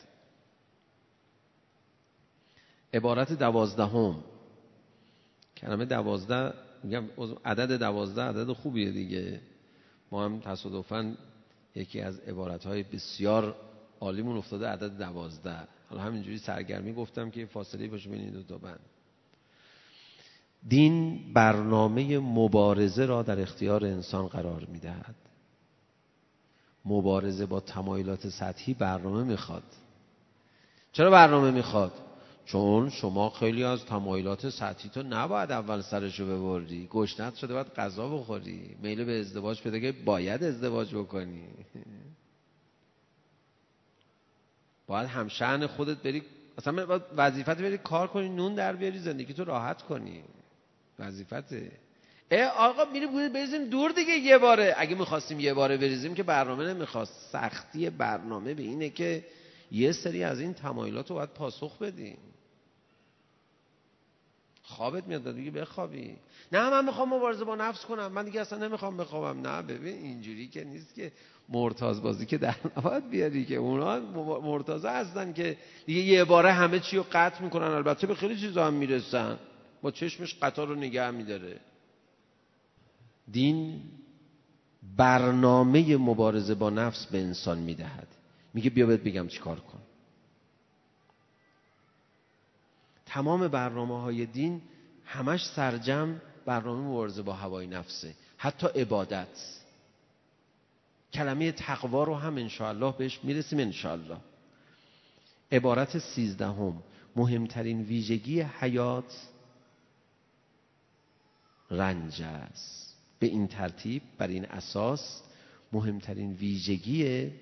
عبارت 12، کلمه 12 میگم عدد 12 عدد خوبیه دیگه. ما هم تصادفاً یکی از عبارت‌های بسیار عالیمون افتاده عدد 12. حالا همینجوری سرگرمی گفتم که فاصله باشه بین این دو تا بند. دین برنامه مبارزه را در اختیار انسان قرار می‌دهد. مبارزه با تمایلات سطحی برنامه میخواد. چرا برنامه میخواد؟ چون شما خیلی از تمایلات سطحی تو نباید اول سرشو ببری. گشنت شده باید غذا بخوری، میل به ازدواج پیدا که باید ازدواج بکنی. باید همشأن خودت بری، اصلا وظیفت بری کار کنی، نون در بیاری، زندگی تو راحت کنی. وظیفته. آقا بریزیم دور دیگه یه باره. اگه میخواستیم یه باره بریزیم که برنامه نمیخواست. سختی برنامه به اینه که یه سری از این تمایلات رو باید پاسخ بدیم. خوابت میاد دیگه بخوابی. نه من میخوام مبارزه با نفس کنم، من دیگه اصلا نمیخوام بخوابم. نه ببین اینجوری که نیست که مرتاض بازی که در نباید بیاری که اونا مرتاض هستن که دیگه یه باره همه چی رو قطع میکنن. البته به خیلی چیزا هم میرسن، با چشمش قطار رو نگه میداره. دین برنامه مبارزه با نفس به انسان میدهد. میگه بیا بهت بگم چیکار کن. تمام برنامه‌های دین همش سرجم برنامه مبارزه با هوای نفسه. حتی عبادت. کلمه تقوا رو هم انشاءالله بهش میرسیم انشاءالله. عبارت 13، مهمترین ویژگی حیات رنج است. به این ترتیب، بر این اساس، مهمترین ویژگی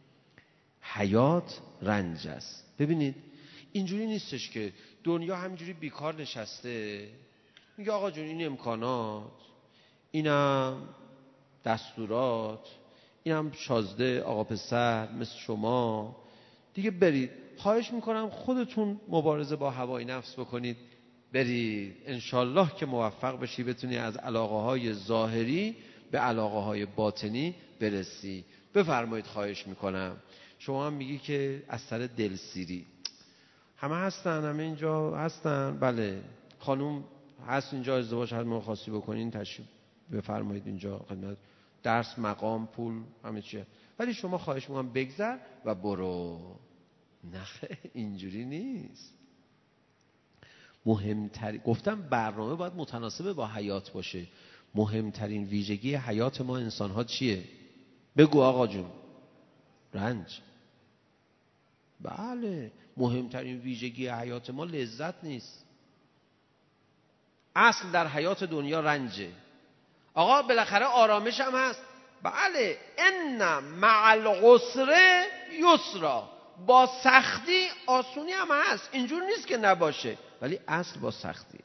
حیات رنج است. ببینید اینجوری نیستش که دنیا همینجوری بیکار نشسته میگه آقا جون این امکانات، اینم دستورات، اینم شازده آقا پسر مثل شما دیگه برید، خواهش میکنم خودتون مبارزه با هوای نفس بکنید، برید انشالله که موفق بشی بتونی از علاقه های ظاهری به علاقه های باطنی برسی. بفرمایید خواهش میکنم. شما هم میگی که از سر دلسیری همه هستن، همه اینجا هستن، بله خانوم هست اینجا، ازدواج هر موقع خواستی بکنین تشریف بفرمایید اینجا خدمت، درس، مقام، پول، همه چیه. ولی شما خواهش میکنم بگذر و برو. نه اینجوری نیست. مهمترین، گفتم برنامه باید متناسب با حیات باشه. مهمترین ویژگی حیات ما انسان ها چیه؟ بگو آقا جون. رنج. بله مهمترین ویژگی حیات ما لذت نیست. اصل در حیات دنیا رنجه. آقا بالاخره آرامش هم هست. بله ان مع العسر یسرا، با سختی آسونی هم هست، اینجور نیست که نباشه، ولی اصل با سختیه.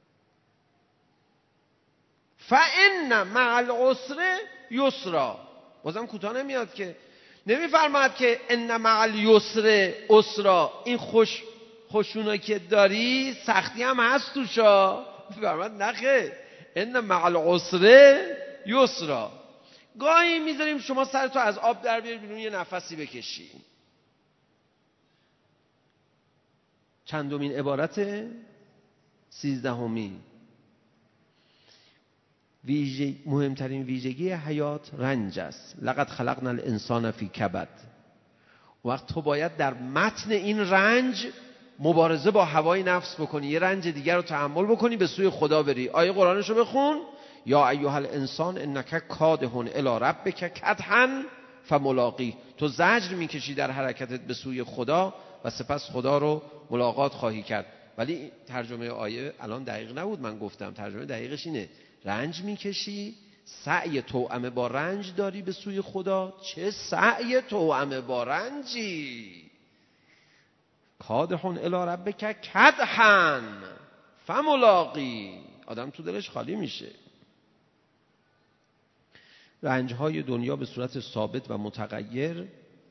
فإن مع العسر یسرا. بازم کوتاه نمیاد که، نمیفرماد که ان مع اليسر اسرا، این خوشونو که داری سختی هم هست توشا. میفرماد نخیر، ان مع العسر یسرا. گاهی میذاریم شما سرتو از آب در بیاری بیرون، یه نفسی بکشی. چندمین عبارت؟ 13. مهمترین ویژگی حیات رنج است. لقد خلقنا الانسان فی کبد. وقت تو باید در متن این رنج مبارزه با هوای نفس بکنی، یه رنج دیگر رو تحمل بکنی، به سوی خدا بری. آیه قرآنش رو بخون، یا ایها الانسان انک کادح الی ربک کدحا فملاقی. تو زجر میکشی در حرکتت به سوی خدا و سپس خدا رو ملاقات خواهی کرد. ولی ترجمه آیه الان دقیق نبود، من گفتم ترجمه دقیقش اینه، رنج میکشی، سعی توأمه با رنج داری به سوی خدا. چه سعی توأمه با رنجی؟ کادح الی ربک کدحا فملاقی. آدم تو دلش خالی میشه. رنجهای دنیا به صورت ثابت و متغیر.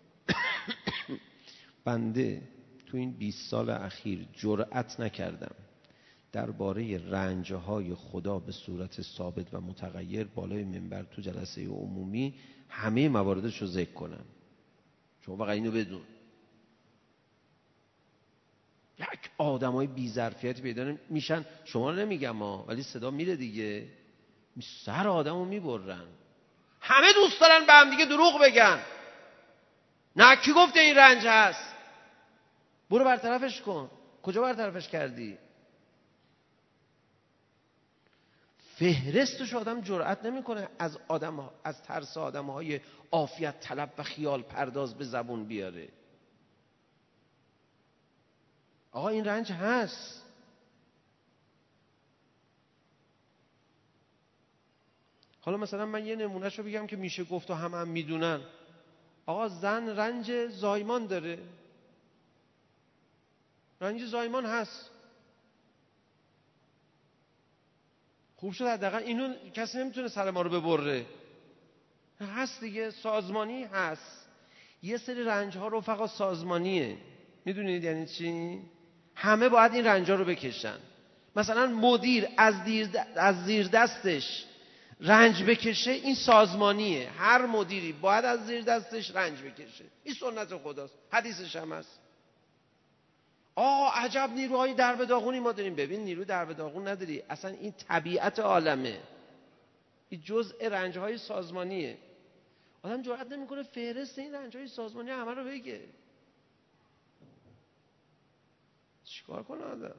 بنده تو این 20 سال اخیر جرأت نکردم درباره رنجهای خدا به صورت ثابت و متغیر بالای منبر تو جلسه عمومی همه مواردش رو ذکر کنم. شما فقط اینو بدون، یک آدمای بی ظرفیت پیدا میشن، شما رو نمیگم ولی صدا میره دیگه، سر آدمو میبرن. همه دوست دارن به هم دیگه دروغ بگن. نه کی گفته این رنج هست؟ برو برطرفش کن. کجا برطرفش کردی؟ فهرستش آدم جرأت نمیکنه از ترس آدمهای عافیت طلب و خیال پرداز به زبون بیاره. آقا این رنج هست. حالا مثلا من یه نمونهشو بگم که میشه گفت و هم میدونن. آقا زن رنج زایمان داره، رنج زایمان هست. خوب شد حداقل اینو کسی نمیتونه سر ما رو ببره. هست دیگه، سازمانی هست. یه سری رنج ها رفقا سازمانیه. میدونید یعنی چی؟ همه باید این رنج ها رو بکشن. مثلا مدیر از زیر دستش رنج بکشه، این سازمانیه. هر مدیری باید از زیر دستش رنج بکشه. این سنت خداست، حدیثش هم هست. عجب نیروهای در به داغونی ما داریم. ببین نیرو در به داغون نداری، اصلا این طبیعت عالمه، این جزء رنجهای سازمانیه. آدم جرئت نمیکنه فهرست این رنجهای سازمانی همه رو بگه. چیکار کنه آدم؟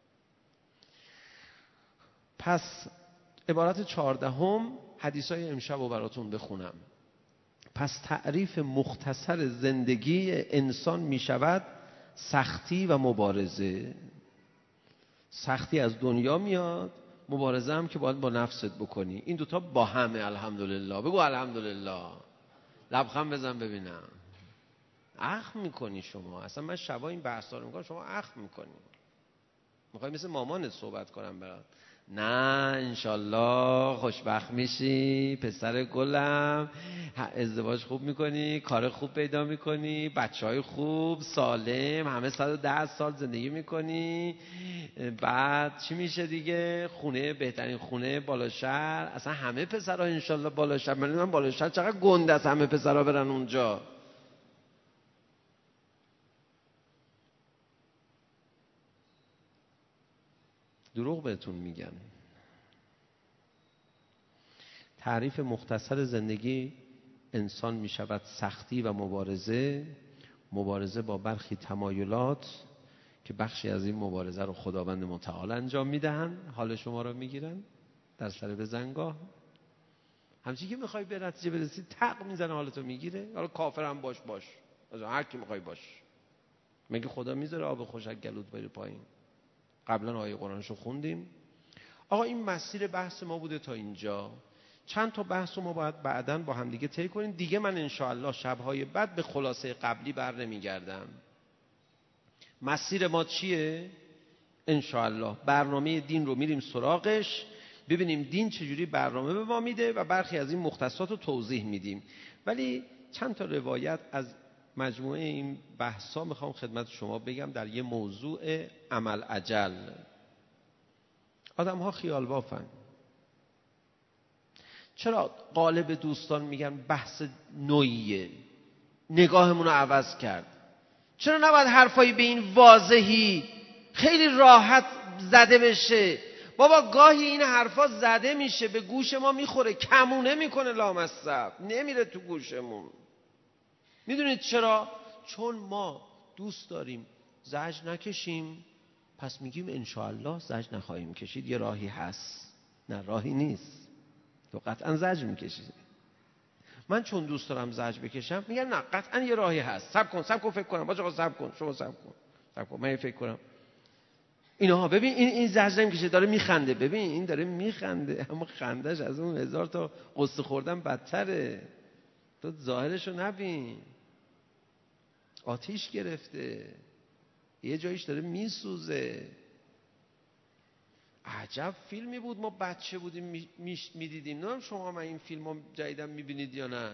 پس عبارت 14 حدیثای امشب رو براتون بخونم. پس تعریف مختصر زندگی انسان می شود سختی و مبارزه. سختی از دنیا میاد، مبارزه هم که باید با نفست بکنی. این دوتا با همه. الحمدلله. بگو الحمدلله. لبخند بزن ببینم. اخم میکنی شما. اصلا من شبا این بحثا رو میکنم، شما اخم میکنی. میخوای مثل مامانت صحبت کنم برات؟ نه انشالله خوشبخت میشی پسر گلم، ازدواج خوب میکنی، کار خوب پیدا میکنی، بچهای خوب سالم، همه 110 سال زندگی میکنی. بعد چی میشه دیگه؟ خونه، بهترین خونه بالا شهر. اصلا همه پسرها انشالله بالا شهر. من بالا شهر چقدر گنده است همه پسرها برن اونجا. دروغ بهتون میگن. تعریف مختصر زندگی انسان می شود سختی و مبارزه با برخی تمایلات که بخشی از این مبارزه رو خداوند متعال انجام میدهن، حال شما رو میگیرن در سر بزنگاه. همچین که میخوای به نتیجه برسی تق میزنه حالتو میگیره. حالا کافر هم باش از هر کی میخوای باش. مگه خدا میذاره آب خوشک گلوت بره پایین؟ قبلا آیه قرآنشو خوندیم. آقا این مسیر بحث ما بوده تا اینجا. چند تا بحث رو ما باید بعداً با هم دیگه طی کنیم. دیگه من انشاءالله شب‌های بعد به خلاصه قبلی بر نمیگردم. مسیر ما چیه؟ انشاءالله برنامه دین رو میریم سراغش، ببینیم دین چجوری برنامه به ما میده و برخی از این مختصات رو توضیح میدیم. ولی چند تا روایت از مجموعه این بحثا میخوام خدمت شما بگم در یه موضوع عمل عجل. آدم ها خیال بافن. چرا غالب دوستان میگن بحث نوعیه، نگاهمون رو عوض کرد؟ چرا نباید حرفایی به این واضحی خیلی راحت زده بشه؟ بابا گاهی این حرفا زده میشه به گوش ما میخوره، کمونه میکنه لامصب، نمیره تو گوشمون. میدونید چرا؟ چون ما دوست داریم زجر نکشیم، پس میگیم انشاءالله زجر نخواهیم کشید، یه راهی هست. نه راهی نیست، تو قطعا زجر میکشید. من چون دوست دارم زجر بکشم میگم نه قطعا یه راهی هست، صبر کن فکر کنم، باشه آقا صبر کن، شما صبر کن من فکر کنم. اینها ببین این زجر نمیکشه، داره میخنده، ببین این داره میخنده اما خندش از اون 1000 تا قصه خوردن بدتره. تو ظاهرشو نبین، آتیش گرفته، یه جایش داره میسوزه. عجب فیلمی بود، ما بچه بودیم میدیدیم. نمیدونم شما من این فیلم رو جدیدن میبینید یا نه.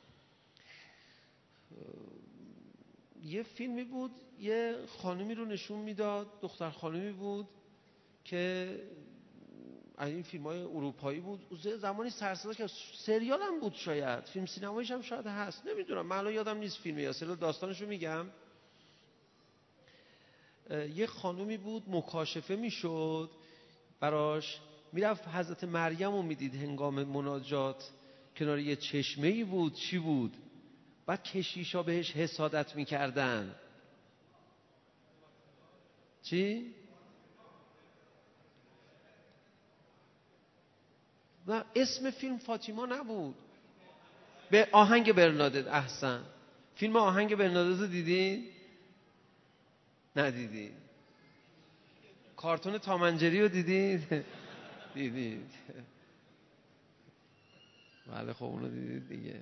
یه فیلمی بود، یه خانمی رو نشون میداد، دختر خانمی بود که از این فیلم های اروپایی بود، زمانی سرصدا که سریال هم بود، شاید فیلم سینماییش هم شاید هست، نمیدونم، من الان یادم نیست فیلمی یا سریال. داستانشو میگم. یه خانمی بود مکاشفه میشد براش، میرفت حضرت مریم رو میدید هنگام مناجات، کنار یه چشمه‌ای بود، چی بود، بعد کشیشا بهش حسادت میکردن. چی؟ نه اسم فیلم فاطیما نبود، به آهنگ برنادت. احسن. فیلم آهنگ برنادت رو دیدین؟ ندیدین؟ کارتون تامنجری رو دیدین؟ دیدید؟ بله خب اونو دیدید دیگه.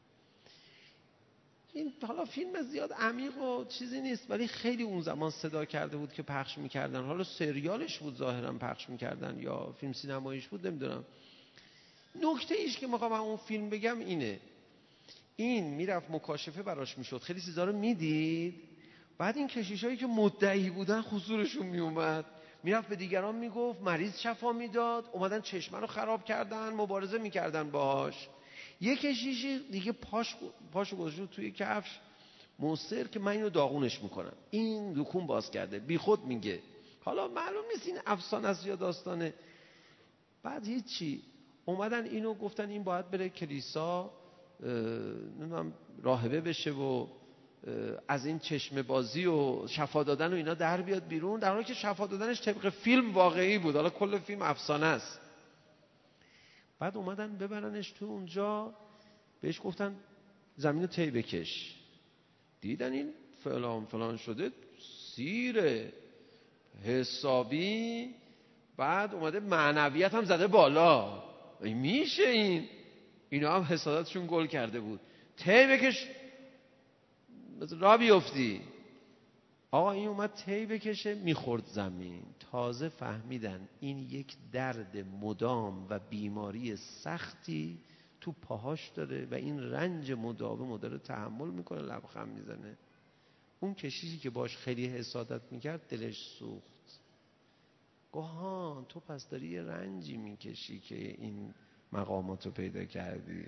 این حالا فیلم زیاد عمیق و چیزی نیست، ولی خیلی اون زمان صدا کرده بود که پخش میکردن. حالا سریالش بود ظاهرا پخش میکردن یا فیلم سینماییش بود، نمیدونم. نکته ایش که میخوام اون فیلم بگم اینه، این میرفت مکاشفه براش میشد، خیلی چیزا رو میدید، بعد این کشیشایی که مدعی بودن حضورشون میومد، میرفت به دیگران میگفت، مریض شفا میداد، اومدن چشمه رو خراب کردن، مبارزه میکردن باهاش. یه کشیشی دیگه پاشو گذاشت توی کفش، مصر که من اینو داغونش میکنم. این دکون باز کرده، بی خود میگه، حالا معلوم نیست این افسانه است یا داستانه. بعد هیچی، اومدن اینو گفتن این باید بره کلیسا، نمیدونم راهبه بشه و از این چشم بازی و شفا دادن و اینا در بیاد بیرون، در حالی که شفا دادنش طبق فیلم واقعی بود. حالا کل فیلم افسانه است. بعد اومدن ببرنش تو اونجا، بهش گفتن زمینو طی بکش. دیدن این فلان شده، سیره حسابی، بعد اومده معنویت هم زده بالا. این میشه اینا هم حسادتشون گل کرده بود. طی بکش را بیفتی. آقا این اومد طی بکشه، میخورد زمین. تازه فهمیدن این یک درد مدام و بیماری سختی تو پاهاش داره و این رنج مداوم داره تحمل میکنه، لبخند میزنه. اون کشیشی که باش خیلی حسادت میکرد دلش سوخت. گوهان تو پس داری یه رنجی میکشی که این مقاماتو پیدا کردی.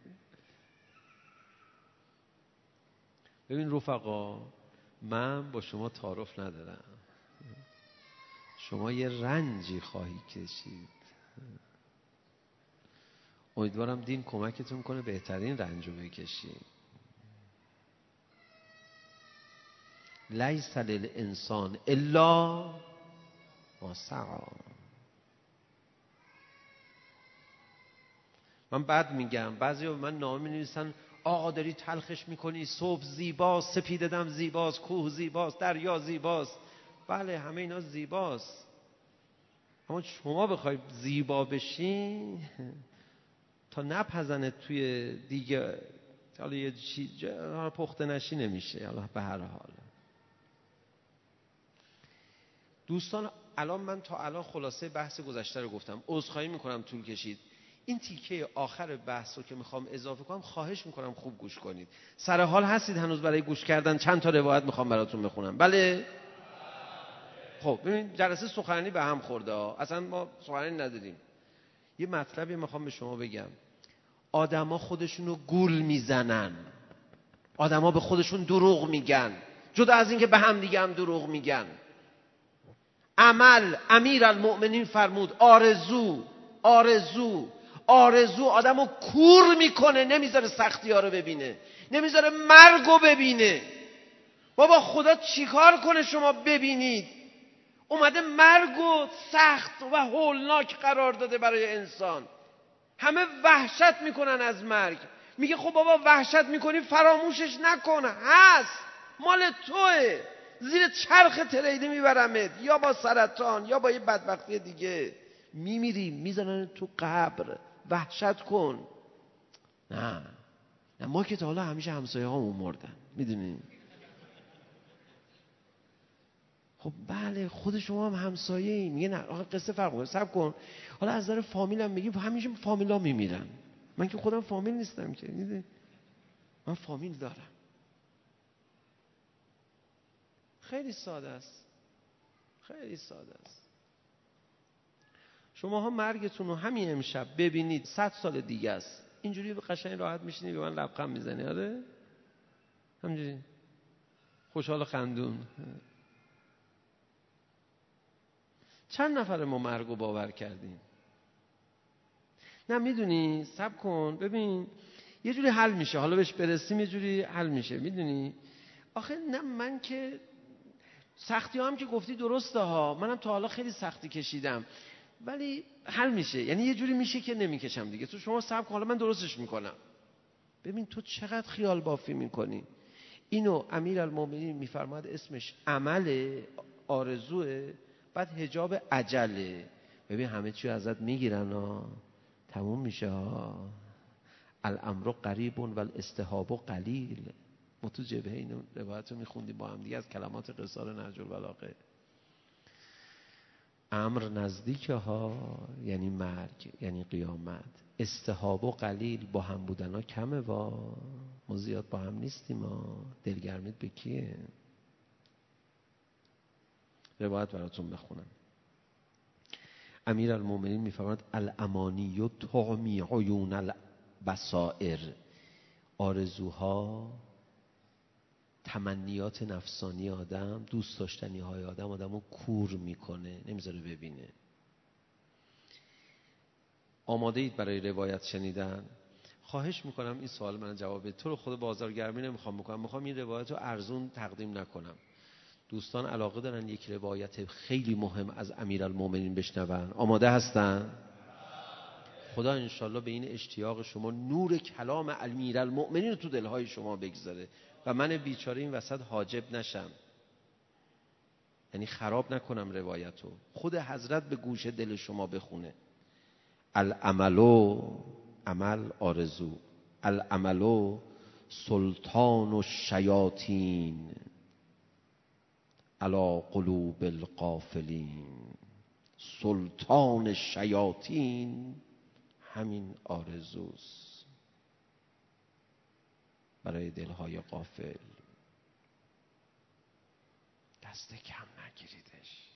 ببین رفقا، من با شما تعارف ندارم، شما یه رنجی خواهی کشید. امیدوارم دین کمکتون کنه بهترین رنجو بکشید. لیس للانسان الا ما سعی. من بعد میگم، بعضی به من نامه می‌نویسن آقا داری تلخش میکنی، صبح زیباست، سپید دم زیباست، کوه زیباست، دریا زیباست. بله همه اینا زیباست، اما شما بخوای زیبا بشین تا نپزنه توی دیگه، حالا یه چیز پخته نشی نمیشه. حالا به هر حال دوستان، الان من تا الان خلاصه بحث گذشته رو گفتم. عذرخواهی میکنم طول کشید. این تیکه آخر بحث رو که میخوام اضافه کنم خواهش میکنم خوب گوش کنید. سر حال هستید هنوز برای گوش کردن؟ چند تا روایت میخوام براتون بخونم. بله؟ خب ببین، جلسه سخنرانی به هم خورده ها. اصلا ما سخنرانی نداریم. یه مطلبی میخوام به شما بگم. آدما خودشونو گول میزنن. آدما به خودشون دروغ میگن، جدا از این که به هم دیگه هم دروغ میگن. عمل، امیرالمؤمنین فرمود آرزو آدمو کور میکنه، نمیذاره سختی ها رو ببینه، نمیذاره مرگو ببینه. بابا خدا چیکار کنه شما ببینید؟ اومده مرگو سخت و هولناک قرار داده برای انسان. همه وحشت میکنن از مرگ. میگه خب بابا وحشت میکنی فراموشش نکن، هست، مال توه، زیر چرخ تریده میبرمت، یا با سرطان یا با یه بدبختی دیگه میمیری، میزنن تو قبر، وحشت کن. نه ما که تا حالا همیشه همسایه هامون مردن، میدونین. خب بله، خود شما هم همسایه ای. میگه نه آخه قصه فرق کنه، صبر کن. حالا از نظر فامیل هم بگیم، همیشه فامیلا میمیرن. من که خودم فامیل نیستم که، میدونی، من فامیل دارم. خیلی ساده است، خیلی ساده است. شماها مرگتون رو همین امشب ببینید، 100 سال دیگه است. اینجوری به قشنگ راحت میشینی به من لبخند میزنی. آره همینجوری خوشحال و خندون. چند نفر ما مرگو باور کردیم؟ نه میدونی، صبر کن ببین، یه جوری حل میشه. حالا بهش برسیم یه جوری حل میشه، میدونی. آخه نه، من که سختی هم که گفتی درسته ها، منم تا حالا خیلی سختی کشیدم، ولی حل میشه. یعنی یه جوری میشه که نمیکشم دیگه. تو شما صبر کن، حالا من درستش میکنم. ببین تو چقدر خیال بافی میکنی. اینو امیرالمومنین میفرماد اسمش عمل، آرزوه، بعد حجاب عجله. ببین همه چی ازت میگیرن ها، تموم میشه ها. الامر قریب و الاستحاب قلیل. ما تو جبهه اینو روایت رو میخوندیم با هم دیگه از کلمات قصار نهج البلاغه. امر نزدیکه ها، یعنی مرگ، یعنی قیامت. استحاب و قلیل، با هم بودن ها کمه. ما زیاد با هم نیستیم ها. دلگرمیت به کیه؟ روایت براتون بخونم. امیرالمومنین میفرماید الامانی تعمی عیون البصائر. آرزوها، تمنیات نفسانی آدم، دوست داشتنی های آدمو کور میکنه، نمیذاره ببینه. آماده اید برای روایت شنیدن؟ خواهش میکنم این سوال من جواب بده. تو رو خود بازارگرمی نمیخوام بکنم، میخوام این روایت رو ارزون تقدیم نکنم. دوستان علاقه دارن یک روایت خیلی مهم از امیرالمومنین بشنون؟ آماده هستن؟ خدا انشالله به این اشتیاق شما نور کلام امیرالمومنین رو تو دلهای شما بگذاره و من بیچاره این وسط حاجب نشم، یعنی خراب نکنم روایتو. خود حضرت به گوش دل شما بخونه. العملو، عمل آرزو، العملو سلطان الشیاطین علی قلوب الغافلین. سلطان شیاطین همین آرزوست برای دلهای غافل. دست کم نگیریدش.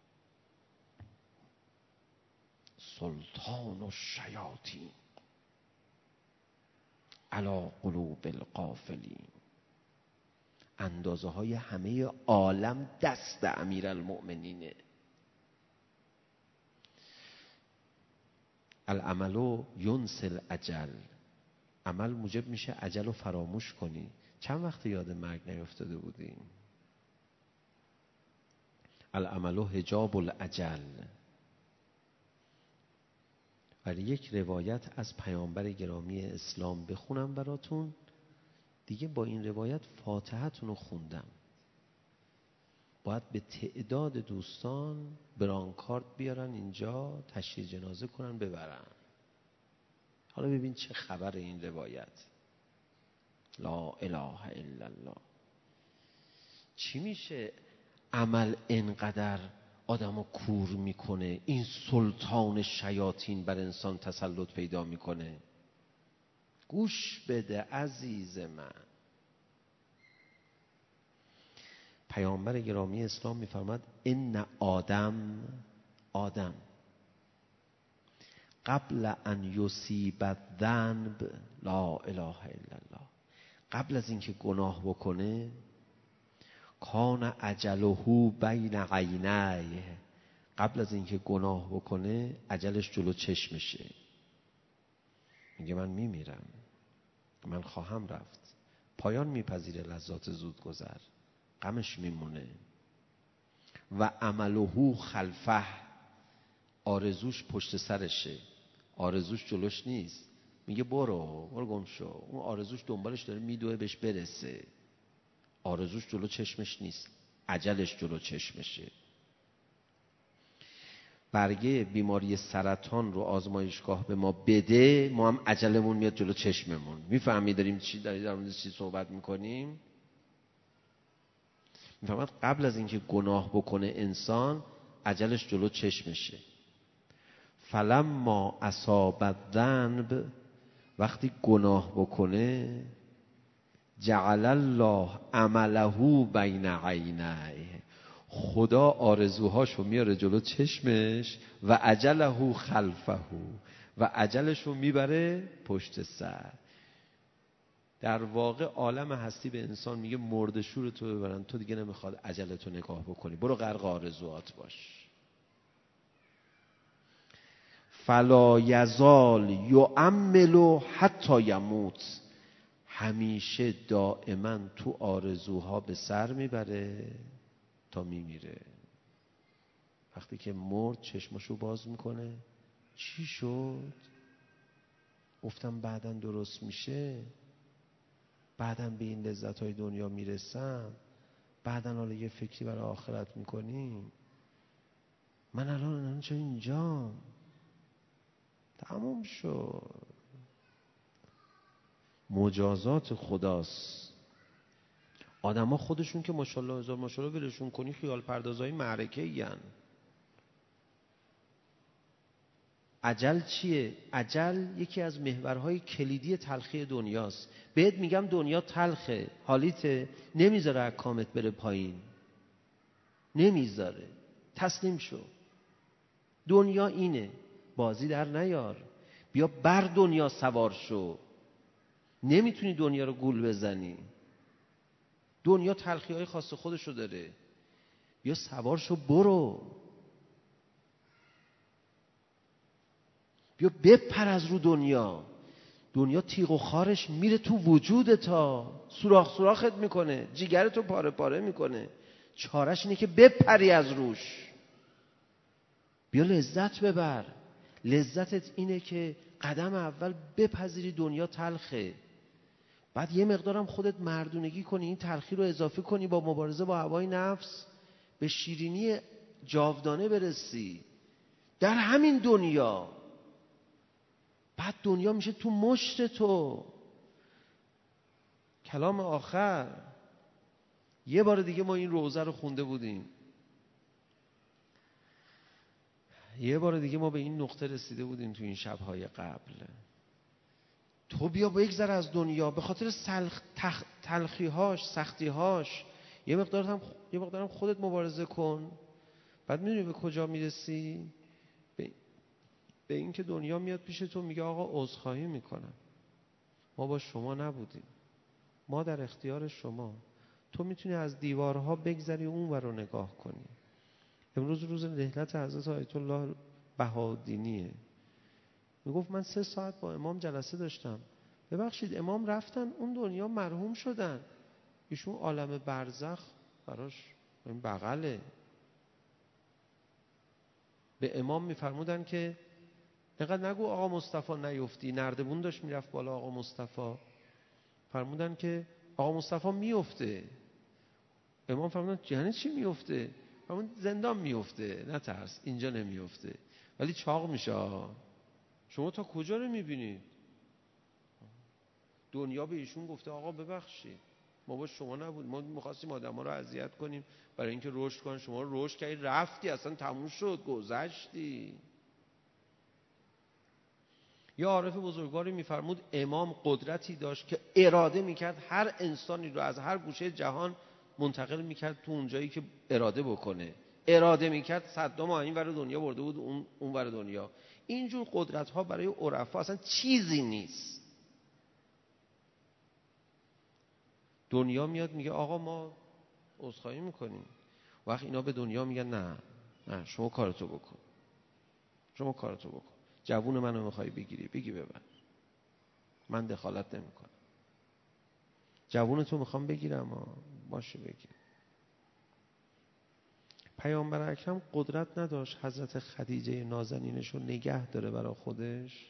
سلطان الشیاطین علی قلوب الغافلین. اندازه های همه عالم دست امیرالمؤمنینه. العملو ینسل اجل. عمل موجب میشه اجل رو فراموش کنی. چند وقت یاد مرگ نیفتاده بودیم؟ العملو حجاب الاجل. ولی یک روایت از پیامبر گرامی اسلام بخونم براتون دیگه. با این روایت فاتحتون رو خوندم. باید به تعداد دوستان برانکارد بیارن اینجا، تشییع جنازه کنن ببرن. حالا ببین چه خبر این روایت. لا اله الا الله. چی میشه عمل انقدر آدمو کور میکنه، این سلطان شیاطین بر انسان تسلط پیدا میکنه؟ گوش بده عزیز من. پیامبر گرامی اسلام میفرماد ان آدم قبل ان یصیب الذنب لا اله الا الله، قبل از اینکه گناه بکنه کان اجله بین عینیه، قبل از اینکه گناه بکنه اجلش جلو چشمشه. میگه من میمیرم، من خواهم رفت، پایان میپذیره لذات زود گذر، غمش میمونه. و عمله خلفه، آرزوش پشت سرشه، آرزوش جلوش نیست. میگه برو گم شو. اون آرزوش دنبالش داره میدوه بهش برسه، آرزوش جلو چشمش نیست، اجلش جلو چشمشه. برگه بیماری سرطان رو آزمایشگاه به ما بده، ما هم عجلمون میاد جلو چشممون. میفهمی داریم در مورد چی صحبت میکنیم؟ میفهمد قبل از اینکه گناه بکنه انسان عجلش جلو چشمشه. فلما اصاب الذنب، وقتی گناه بکنه جعل الله عمله بین عینیه، خدا آرزوهاشو میاره جلو چشمش و اجله خلفه، و اجلشو میبره پشت سر. در واقع عالم هستی به انسان میگه مرد شور تو ببرن، تو دیگه نمیخواد اجلتو نگاه بکنی، برو غرق آرزوات باش. فلا یزال یؤمل حتی یموت، همیشه دائما تو آرزوها به سر میبره تا میمیره. وقتی که مرد چشمشو باز میکنه، چی شد؟ گفتم بعداً درست میشه، بعداً به این لذت‌های دنیا میرسم، بعداً حالا یه فکری برای آخرت میکنیم. من الان چه اینجام؟ تموم شد. مجازات خداست. آدم ها خودشون که ماشاءالله هزار ماشاءالله ولشون کنی خیال پردازهای معرکه این. اجل چیه؟ اجل یکی از محورهای کلیدی تلخی دنیاست. بهت میگم دنیا تلخه، حالیته نمیذاره اکامت بره پایین، نمیذاره. تسلیم شو. دنیا اینه، بازی در نیار، بیا بر دنیا سوار شو. نمیتونی دنیا رو گول بزنی، دنیا تلخی های خاص خودشو داره، بیا سوار شو برو، بیا بپر از رو دنیا. دنیا تیغ و خارش میره تو وجودت، تا سوراخ سوراخت میکنه، جیگرتو پاره پاره میکنه. چارش اینه که بپری از روش، بیا لذت ببر. لذتت اینه که قدم اول بپذیری دنیا تلخه، بعد یه مقدارم خودت مردونگی کنی، این تلخی رو اضافه کنی، با مبارزه با هوای نفس به شیرینی جاودانه برسی در همین دنیا. بعد دنیا میشه تو مشت تو. کلام آخر، یه بار دیگه ما این روزه رو خونده بودیم، یه بار دیگه ما به این نقطه رسیده بودیم تو این شب‌های قبل. تو بیا بگذر از دنیا، به خاطر تلخی‌هاش، سختی‌هاش یه مقدارم خودت مبارزه کن. بعد میدونی به کجا میرسی؟ به این که دنیا میاد پیش تو میگه آقا عذرخواهی میکنم، ما با شما نبودیم، ما در اختیار شما، تو میتونی از دیوارها بگذری اون ور رو نگاه کنی. امروز روز رحلت حضرت آیت الله بهاءالدینیه. میگفت من 3 ساعت با امام جلسه داشتم، ببخشید امام رفتن اون دنیا مرحوم شدن، ایشون عالم برزخ براش این بغله. به امام میفرمودن که اینقدر نگو آقا مصطفی نیفتی، نردبون داشت میرفت بالا آقا مصطفی، فرمودن که آقا مصطفی میفته. امام فرمودن یعنی چی میفته؟ فرمودن زندان میفته، نترس اینجا نمیفته ولی چاق میشه. شما تا کجا رو میبینید؟ دنیا به ایشون گفته آقا ببخشید ما با شما نبود، ما می‌خواستیم آدم‌ها رو اذیت کنیم برای اینکه رشد کنن، شما رشد کردی رفتی اصلا تموم شد گذشتی. یا عارف بزرگواری میفرمود امام قدرتی داشت که اراده میکرد هر انسانی رو از هر گوشه جهان منتقل میکرد تو اون جایی که اراده بکنه. اراده میکرد صدام این ور دنیا برده بود اون ور دنیا. اینجور قدرت ها برای عرفا اصلا چیزی نیست. دنیا میاد میگه آقا ما عذرخواهی میکنیم، وقت اینا به دنیا میگن نه شما کارتو بکن، شما کارتو بکن، جوون منو میخوای بگیری بگی ببر، من دخالت نمیکنم. جوونتو میخوام بگیرم باشه بگیر. پیامبر اکرم قدرت نداشت حضرت خدیجه نازنینشو نگه داره برای خودش؟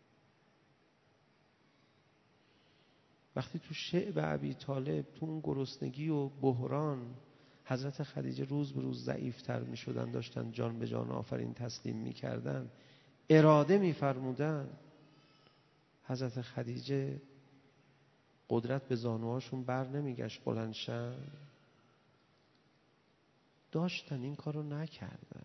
وقتی تو شعب ابی طالب تو اون گرسنگی و بحران حضرت خدیجه روز به روز ضعیفتر می شدن، داشتن جان به جان آفرین تسلیم می کردن، اراده می فرمودن، حضرت خدیجه قدرت به زانوهاشون بر نمی گشت بلندشن، داشتن این کارو نکردن.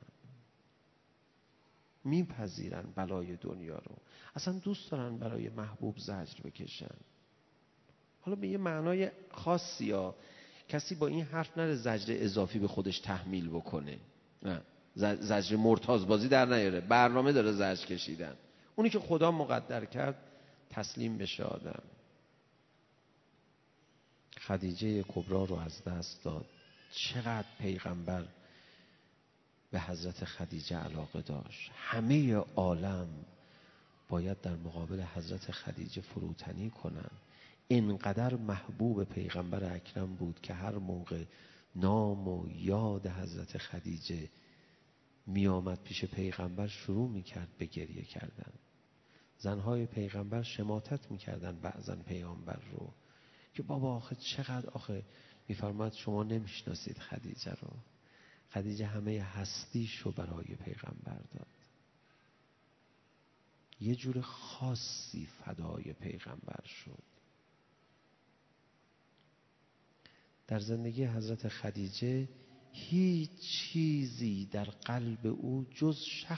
میپذیرن بلای دنیا رو، اصلا دوست دارن برای محبوب زجر بکشن. حالا به یه معنای خاصی ها، کسی با این حرف نره زجر اضافی به خودش تحمیل بکنه، نه زجر مرتاض بازی در نیاره، برنامه داره زجر کشیدن. اونی که خدا مقدر کرد تسلیم بشه آدم. خدیجه کبرا رو از دست داد. چقدر پیغمبر به حضرت خدیجه علاقه داشت. همه عالم باید در مقابل حضرت خدیجه فروتنی کنن. اینقدر محبوب پیغمبر اکرم بود که هر موقع نام و یاد حضرت خدیجه می آمد پیش پیغمبر شروع می کرد به گریه کردن. زنهای پیغمبر شماتت می کردن بعضن پیغمبر رو که بابا آخه چقدر آخه، می فرماید شما نمیشناسید خدیجه رو. خدیجه همه هستیشو برای پیغمبر داد. یه جور خاصی فدای پیغمبر شد. در زندگی حضرت خدیجه هیچ چیزی در قلب او جز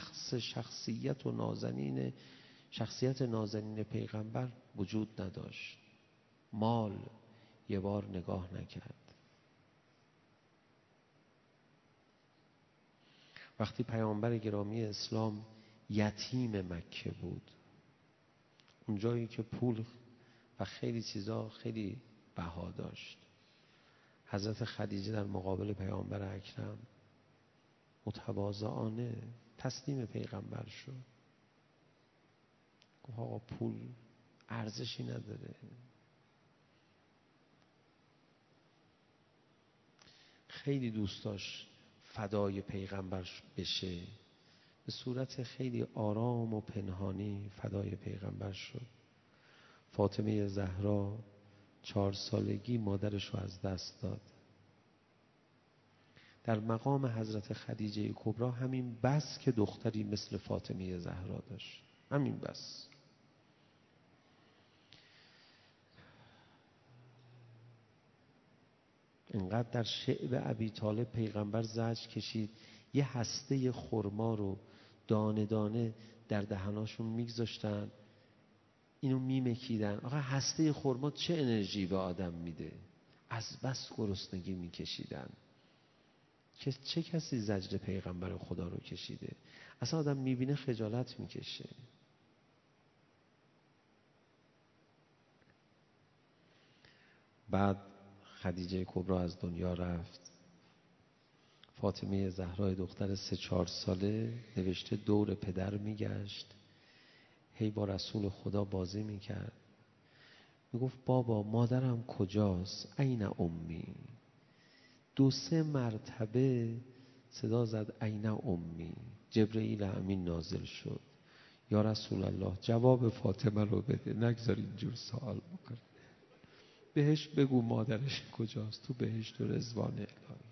شخصیت نازنین پیغمبر وجود نداشت. مال یه بار نگاه نکرد. وقتی پیامبر گرامی اسلام یتیم مکه بود، اون جایی که پول و خیلی چیزا خیلی بها داشت، حضرت خدیجه در مقابل پیامبر اکرم متواضعانه تسلیم پیغمبر شد. گفت آقا پول ارزشی نداره. خیلی دوست داشت فدای پیغمبر بشه. به صورت خیلی آرام و پنهانی فدای پیغمبر شد. فاطمه زهرا 4 سالگی مادرش رو از دست داد. در مقام حضرت خدیجه کبرا همین بس که دختری مثل فاطمه زهرا داشت، همین بس. اینقدر در شعب ابی طالب پیغمبر زجر کشید، یه هسته خرما رو دانه دانه در دهناشون میگذاشتن، اینو میمکیدن. آقا هسته خرما چه انرژی به آدم میده؟ از بس گرسنگی میکشیدن. که چه کسی زجر پیغمبر خدا رو کشیده؟ اصلا آدم میبینه خجالت میکشه. بعد خدیجه کبرا از دنیا رفت. فاطمه زهرا دختر 3-4 ساله نوشته دور پدر میگشت، هی با رسول خدا بازی میکرد، میگفت بابا مادرم کجاست؟ این امی؟ 2-3 مرتبه صدا زد این امی. جبرئیل امین نازل شد، یا رسول الله جواب فاطمه رو بده، نگذار اینجور سوال بکنه، بهش بگو مادرش کجاست، تو بهشت و رضوان الهی.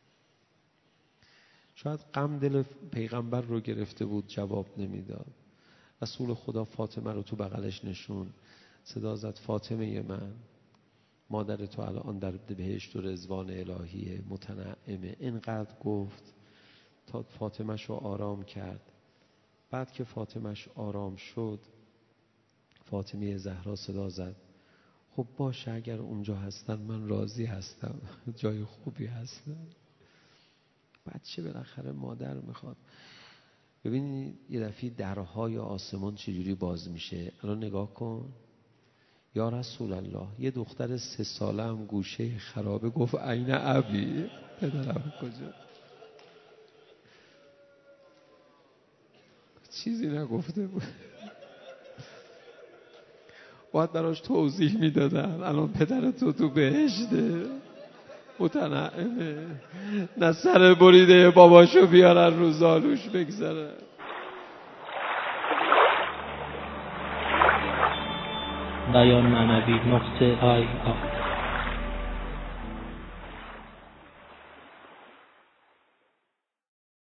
شاید غم دل پیغمبر رو گرفته بود، جواب نمیداد. رسول خدا فاطمه رو تو بغلش نشون، صدا زد فاطمه من، مادر تو الان در بهشت و رضوان الهیه متنعمه. اینقدر گفت تا فاطمه‌ش رو آرام کرد. بعد که فاطمه‌ش آرام شد، فاطمه زهرا صدا زد خب باشه اگر اونجا هستن من راضی هستم، جای خوبی هستن. بچه بالاخره مادر میخواد. ببینید یه دفعه درهای آسمان چجوری باز میشه. الان نگاه کن، یا رسول الله، یه دختر 3 ساله هم گوشه خرابه گفت عین ابی، پدرم کجا؟ چیزی نگفته بود. باید براش توضیح میدادن الان پدر تو بهشته متنعمه، نه سر بریده باباشو بیارن رو زالوش بگذاره. بیان معنوی .ir